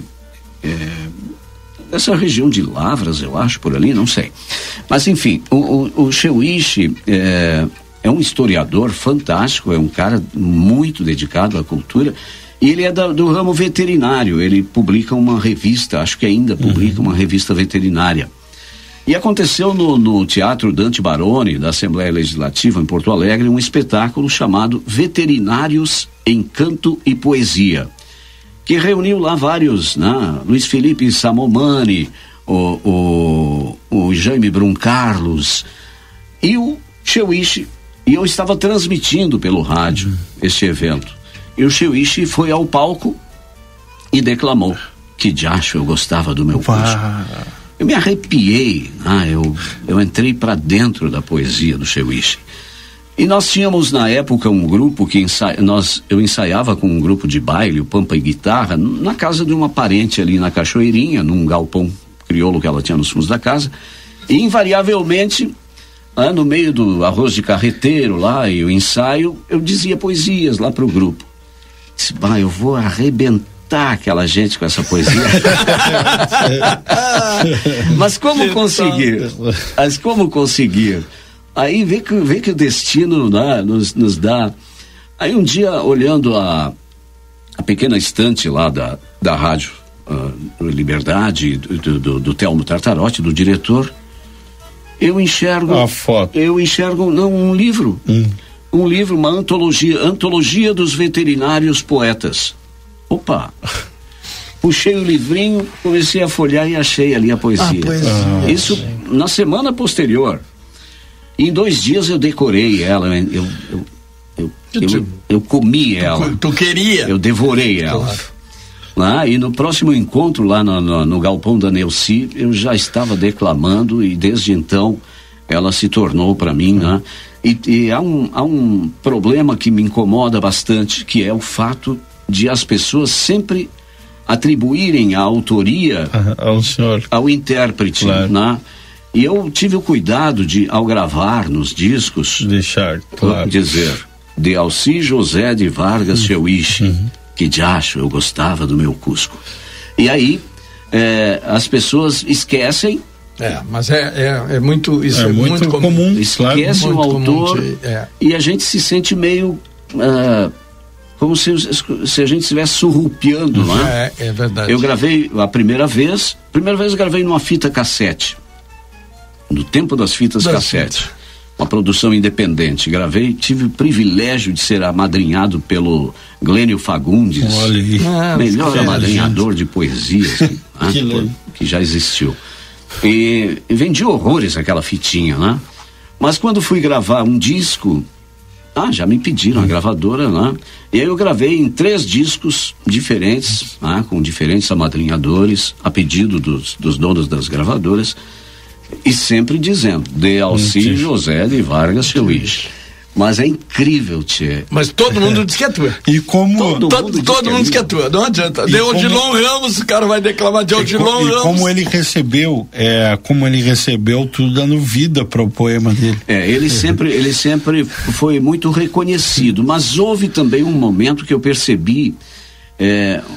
dessa região de Lavras, eu acho, por ali, não sei. Mas enfim, o Cheuíche é um historiador fantástico, é um cara muito dedicado à cultura, e ele é do ramo veterinário. Ele publica uma revista, acho que ainda publica uma revista veterinária. E aconteceu no Teatro Dante Baroni, da Assembleia Legislativa em Porto Alegre, um espetáculo chamado Veterinários em Canto e Poesia, que reuniu lá vários, né? Luiz Felipe Samomani, o Jaime Brum Carlos e o Cheuíche, e eu estava transmitindo pelo rádio este evento. E o Cheuíche foi ao palco e declamou: "Que diacho eu gostava do meu curso". Eu me arrepiei, né? Eu entrei para dentro da poesia do Cheuíche. E nós tínhamos na época um grupo que eu ensaiava com um grupo de baile, o Pampa e Guitarra, na casa de uma parente ali na Cachoeirinha, num galpão crioulo que ela tinha nos fundos da casa, e invariavelmente, no meio do arroz de carreteiro lá e o ensaio, eu dizia poesias lá pro grupo. Disse: eu vou arrebentar aquela gente com essa poesia. Mas como conseguir? Aí vê que o destino, né, nos dá. Aí um dia, olhando a pequena estante lá da rádio Liberdade, do Telmo Tartarotti, do diretor, eu enxergo um livro. Um livro, uma antologia dos veterinários poetas. Opa! Puxei o livrinho, comecei a folhear e achei ali a poesia. Isso na semana posterior. Em 2 dias eu decorei ela, eu comi ela. Tu queria? Eu devorei ela. Claro. E no próximo encontro lá no galpão da Neuci, eu já estava declamando, e desde então ela se tornou para mim, né? E há um problema que me incomoda bastante, que é o fato de as pessoas sempre atribuírem a autoria ao intérprete, claro, né? E eu tive o cuidado de, ao gravar nos discos, deixar claro, dizer: de Alci José de Vargas Cheuíche, que diacho eu gostava do meu Cusco. E aí as pessoas esquecem. Mas é muito, isso é muito comum. Esquece o autor e a gente se sente meio como se a gente estivesse surrupiando, não é? É verdade. Eu gravei a primeira vez eu gravei numa fita cassete, no tempo das fitas cassete, uma produção independente. Tive o privilégio de ser amadrinhado pelo Glênio Fagundes, melhor amadrinhador de poesias que já existiu. E vendi horrores aquela fitinha, né? Mas quando fui gravar um disco, já me pediram a gravadora, né? E aí eu gravei em 3 discos diferentes, com diferentes amadrinhadores, a pedido dos donos das gravadoras, e sempre dizendo: de Alci José de Vargas Cheuíche. Mas é incrível, tchê. Mas todo mundo diz que é tua. E como... Todo mundo diz que é tua. Não adianta. De Odilon Ramos, o cara vai declamar de Odilon Ramos. E como ele recebeu tudo dando vida para o poema dele. Ele sempre foi muito reconhecido. Mas houve também um momento que eu percebi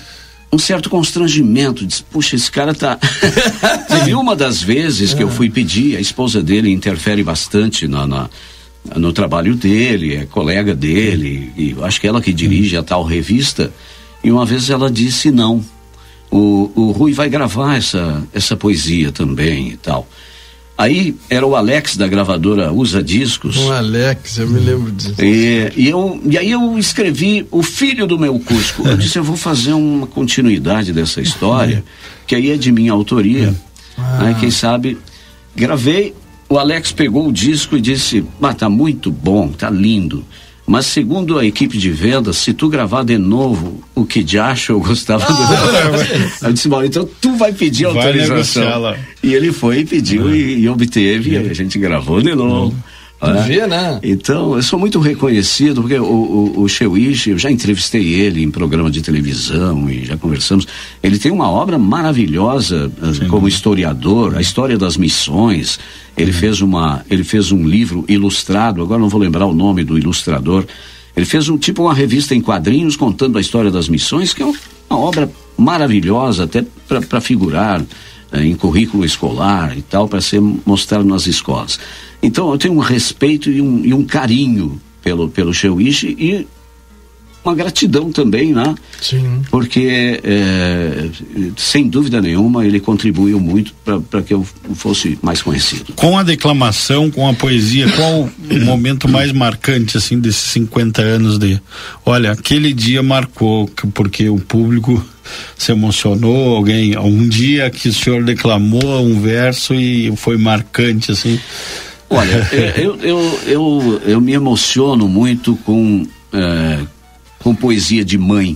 um certo constrangimento, disse, puxa, esse cara tá... Teve uma das vezes que eu fui pedir, a esposa dele interfere bastante no trabalho dele, é colega dele, e eu acho que ela que dirige a tal revista, e uma vez ela disse não, o Rui vai gravar essa poesia também e tal. Aí era o Alex da gravadora Usa Discos. O Alex, eu me lembro disso. E aí eu escrevi O Filho do Meu Cusco. Eu disse, eu vou fazer uma continuidade dessa história, que aí é de minha autoria. Aí, quem sabe, gravei, o Alex pegou o disco e disse, tá muito bom, tá lindo. Mas segundo a equipe de vendas, se tu gravar de novo o que de acho eu gostava do... Eu disse, bom, então tu vai pedir autorização. E ele foi e pediu e obteve, e a gente gravou de novo. Né? Então, eu sou muito reconhecido, porque o Cheuiche, eu já entrevistei ele em programa de televisão e já conversamos. Ele tem uma obra maravilhosa como historiador, a história das missões. Ele fez um livro ilustrado, agora não vou lembrar o nome do ilustrador. Ele fez uma revista em quadrinhos contando a história das missões, que é uma obra maravilhosa, até para figurar em currículo escolar e tal, para ser mostrado nas escolas. Então eu tenho um respeito e um carinho pelo Cheuiche e uma gratidão também, né? Sim. Porque sem dúvida nenhuma ele contribuiu muito para que eu fosse mais conhecido. Com a declamação, com a poesia, qual o momento mais marcante assim desses 50 anos olha, aquele dia marcou porque o público se emocionou, um dia que o senhor declamou um verso e foi marcante assim? Olha, eu me emociono muito com poesia de mãe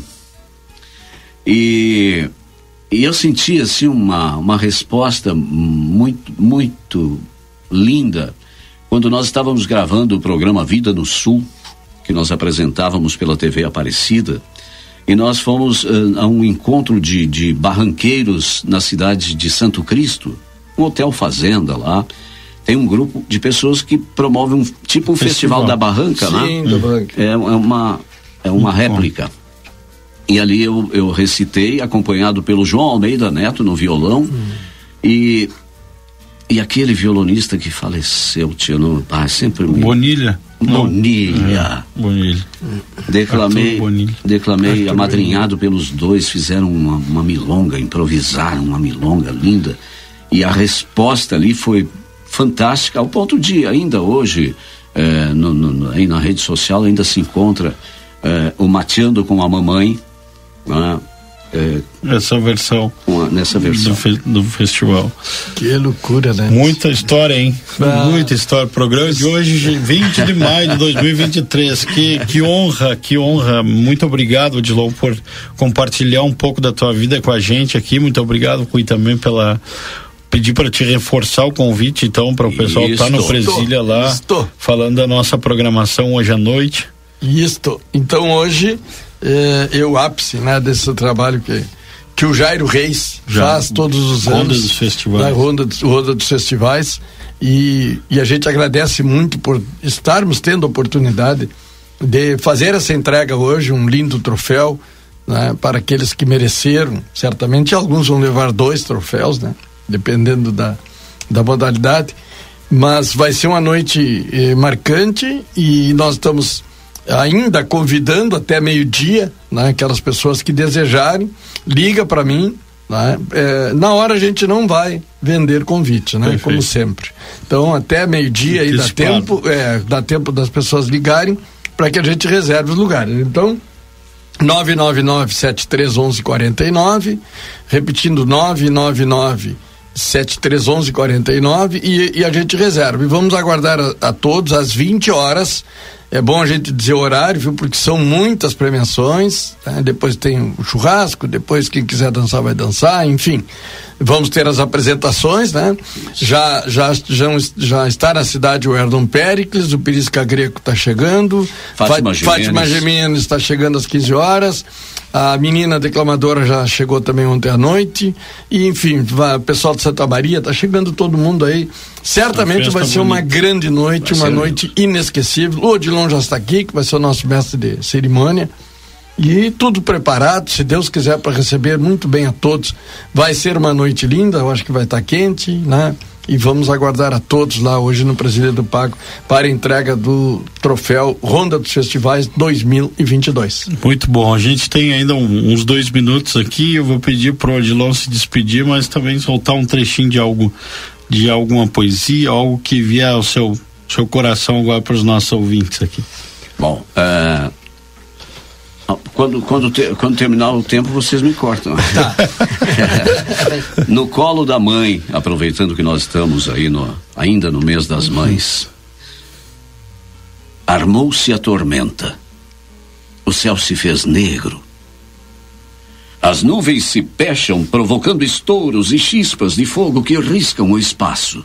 e eu senti assim uma resposta muito, muito linda quando nós estávamos gravando o programa Vida no Sul, que nós apresentávamos pela TV Aparecida, e nós fomos a um encontro de barranqueiros na cidade de Santo Cristo, um hotel fazenda lá. Tem um grupo de pessoas que promovem um festival da barranca. Sim, da barranca. É uma réplica. E ali eu recitei, acompanhado pelo João Almeida Neto no violão, e aquele violonista que faleceu, sempre me... Bonilha. Declamei amadrinhado pelos dois, fizeram uma milonga, improvisaram uma milonga linda, e a resposta ali foi fantástica, ao ponto de ainda hoje aí na rede social ainda se encontra o Mateando com a Mamãe, nessa versão do festival. Que loucura, né? Muita história, hein? Muita história. Programa de hoje, 20 de maio de 2023. Que honra. Muito obrigado, Odilon, por compartilhar um pouco da tua vida com a gente aqui. Muito obrigado, Rui, também pedir para te reforçar o convite, então, para o pessoal estar no Presília lá, falando da nossa programação hoje à noite. Então hoje é o ápice, né, desse trabalho que o Jairo Reis faz todos os anos. Ronda dos festivais. Ronda dos festivais. E a gente agradece muito por estarmos tendo a oportunidade de fazer essa entrega hoje, um lindo troféu, né, para aqueles que mereceram. Certamente alguns vão levar 2 troféus, né, dependendo da modalidade. Mas vai ser uma noite marcante e nós estamos ainda convidando até meio-dia, né, aquelas pessoas que desejarem, liga para mim, né, na hora a gente não vai vender convite, né, como sempre. Então até meio-dia aí dá tempo das pessoas ligarem para que a gente reserve os lugares. Então 999-7311-49, repetindo 999-7311-49 e a gente reserva. E vamos aguardar a todos às 20 horas. É bom a gente dizer o horário, viu? Porque são muitas premiações, né? Depois tem o churrasco, depois quem quiser dançar vai dançar, enfim. Vamos ter as apresentações, né? Já está na cidade o Herdon Pericles, o Perisca Greco está chegando, Fátima Gemini está chegando às 15 horas, a menina declamadora já chegou também ontem à noite, e enfim, o pessoal de Santa Maria, está chegando todo mundo aí. Certamente vai ser uma grande noite, uma noite inesquecível. O Odilon já está aqui, que vai ser o nosso mestre de cerimônia. E tudo preparado, se Deus quiser, para receber muito bem a todos. Vai ser uma noite linda, eu acho que vai estar quente, né? E vamos aguardar a todos lá hoje no Presidente do Pago para a entrega do troféu Ronda dos Festivais 2022. Muito bom, a gente tem ainda uns 2 minutos aqui, eu vou pedir pro Odilon se despedir, mas também soltar um trechinho de alguma poesia, algo que vier ao seu coração agora para os nossos ouvintes aqui. Bom, quando terminar o tempo, vocês me cortam. Tá. No colo da mãe, aproveitando que nós estamos aí ainda no mês das mães, armou-se a tormenta, o céu se fez negro, as nuvens se pecham, provocando estouros e chispas de fogo que riscam o espaço.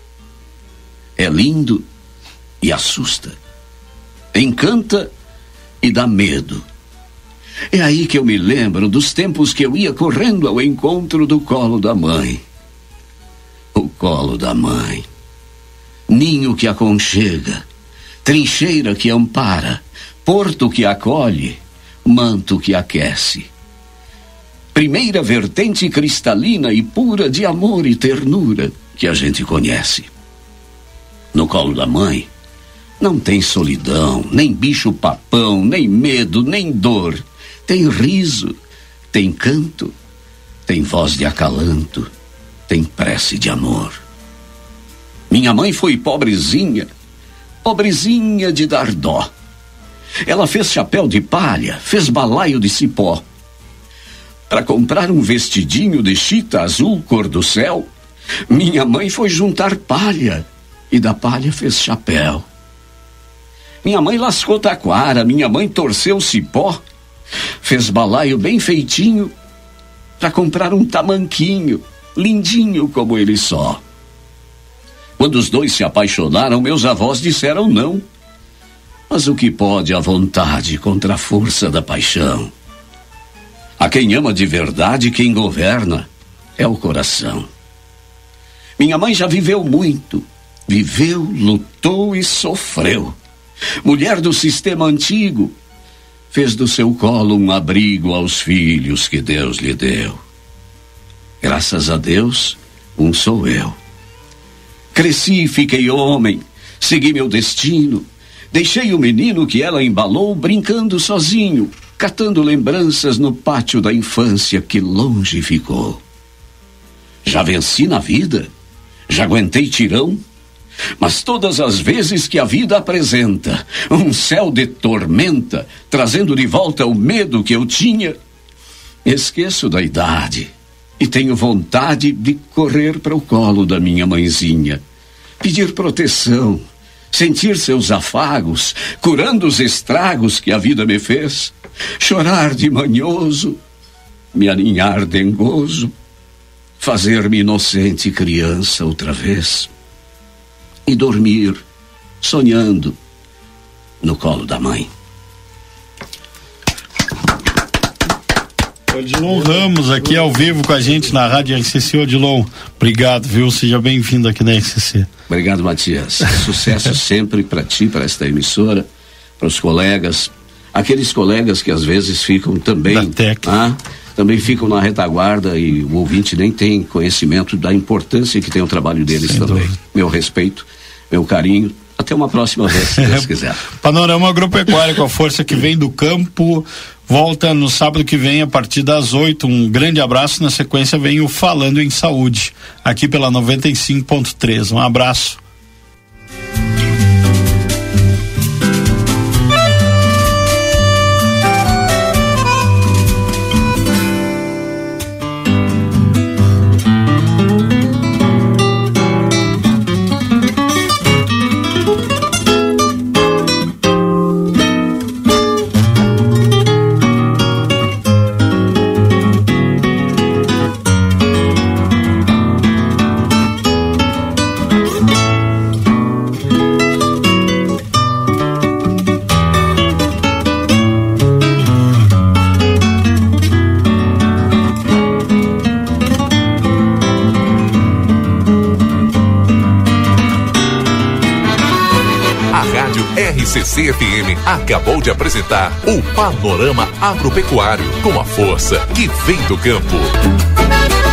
É lindo e assusta, encanta e dá medo. É aí que eu me lembro dos tempos que eu ia correndo ao encontro do colo da mãe. O colo da mãe. Ninho que aconchega, trincheira que ampara, porto que acolhe, manto que aquece. Primeira vertente cristalina e pura de amor e ternura que a gente conhece. No colo da mãe, não tem solidão, nem bicho-papão, nem medo, nem dor. Tem riso, tem canto, tem voz de acalanto, tem prece de amor. Minha mãe foi pobrezinha de dar dó. Ela fez chapéu de palha, fez balaio de cipó. Para comprar um vestidinho de chita azul cor do céu, minha mãe foi juntar palha e da palha fez chapéu. Minha mãe lascou taquara, minha mãe torceu cipó, fez balaio bem feitinho para comprar um tamanquinho, lindinho como ele só. Quando os dois se apaixonaram, meus avós disseram não. Mas o que pode a vontade contra a força da paixão? A quem ama de verdade, quem governa é o coração. Minha mãe já viveu muito, viveu, lutou e sofreu. Mulher do sistema antigo, fez do seu colo um abrigo aos filhos que Deus lhe deu. Graças a Deus, um sou eu. Cresci e fiquei homem, segui meu destino, deixei o menino que ela embalou brincando sozinho, catando lembranças no pátio da infância que longe ficou. Já venci na vida, já aguentei tirão, mas todas as vezes que a vida apresenta um céu de tormenta, trazendo de volta o medo que eu tinha, esqueço da idade e tenho vontade de correr para o colo da minha mãezinha, pedir proteção, sentir seus afagos, curando os estragos que a vida me fez, chorar de manhoso, me aninhar dengoso, fazer-me inocente criança outra vez e dormir sonhando no colo da mãe. Odilon Ramos aqui ao vivo com a gente na Rádio RCC. Odilon, obrigado, viu? Seja bem-vindo aqui na RCC. Obrigado, Matias. Sucesso sempre para ti, para esta emissora, para os colegas, aqueles colegas que às vezes ficam também também ficam na retaguarda e o ouvinte nem tem conhecimento da importância que tem o trabalho deles. Sem também. Dúvida. Meu respeito, meu carinho. Até uma próxima vez, se Deus quiser. Panorama Agropecuário, com a força que vem do campo, volta no sábado que vem a partir das 8. Um grande abraço. Na sequência vem o Falando em Saúde, aqui pela 95.3. Um abraço. RCC FM acabou de apresentar o Panorama Agropecuário, com a força que vem do campo.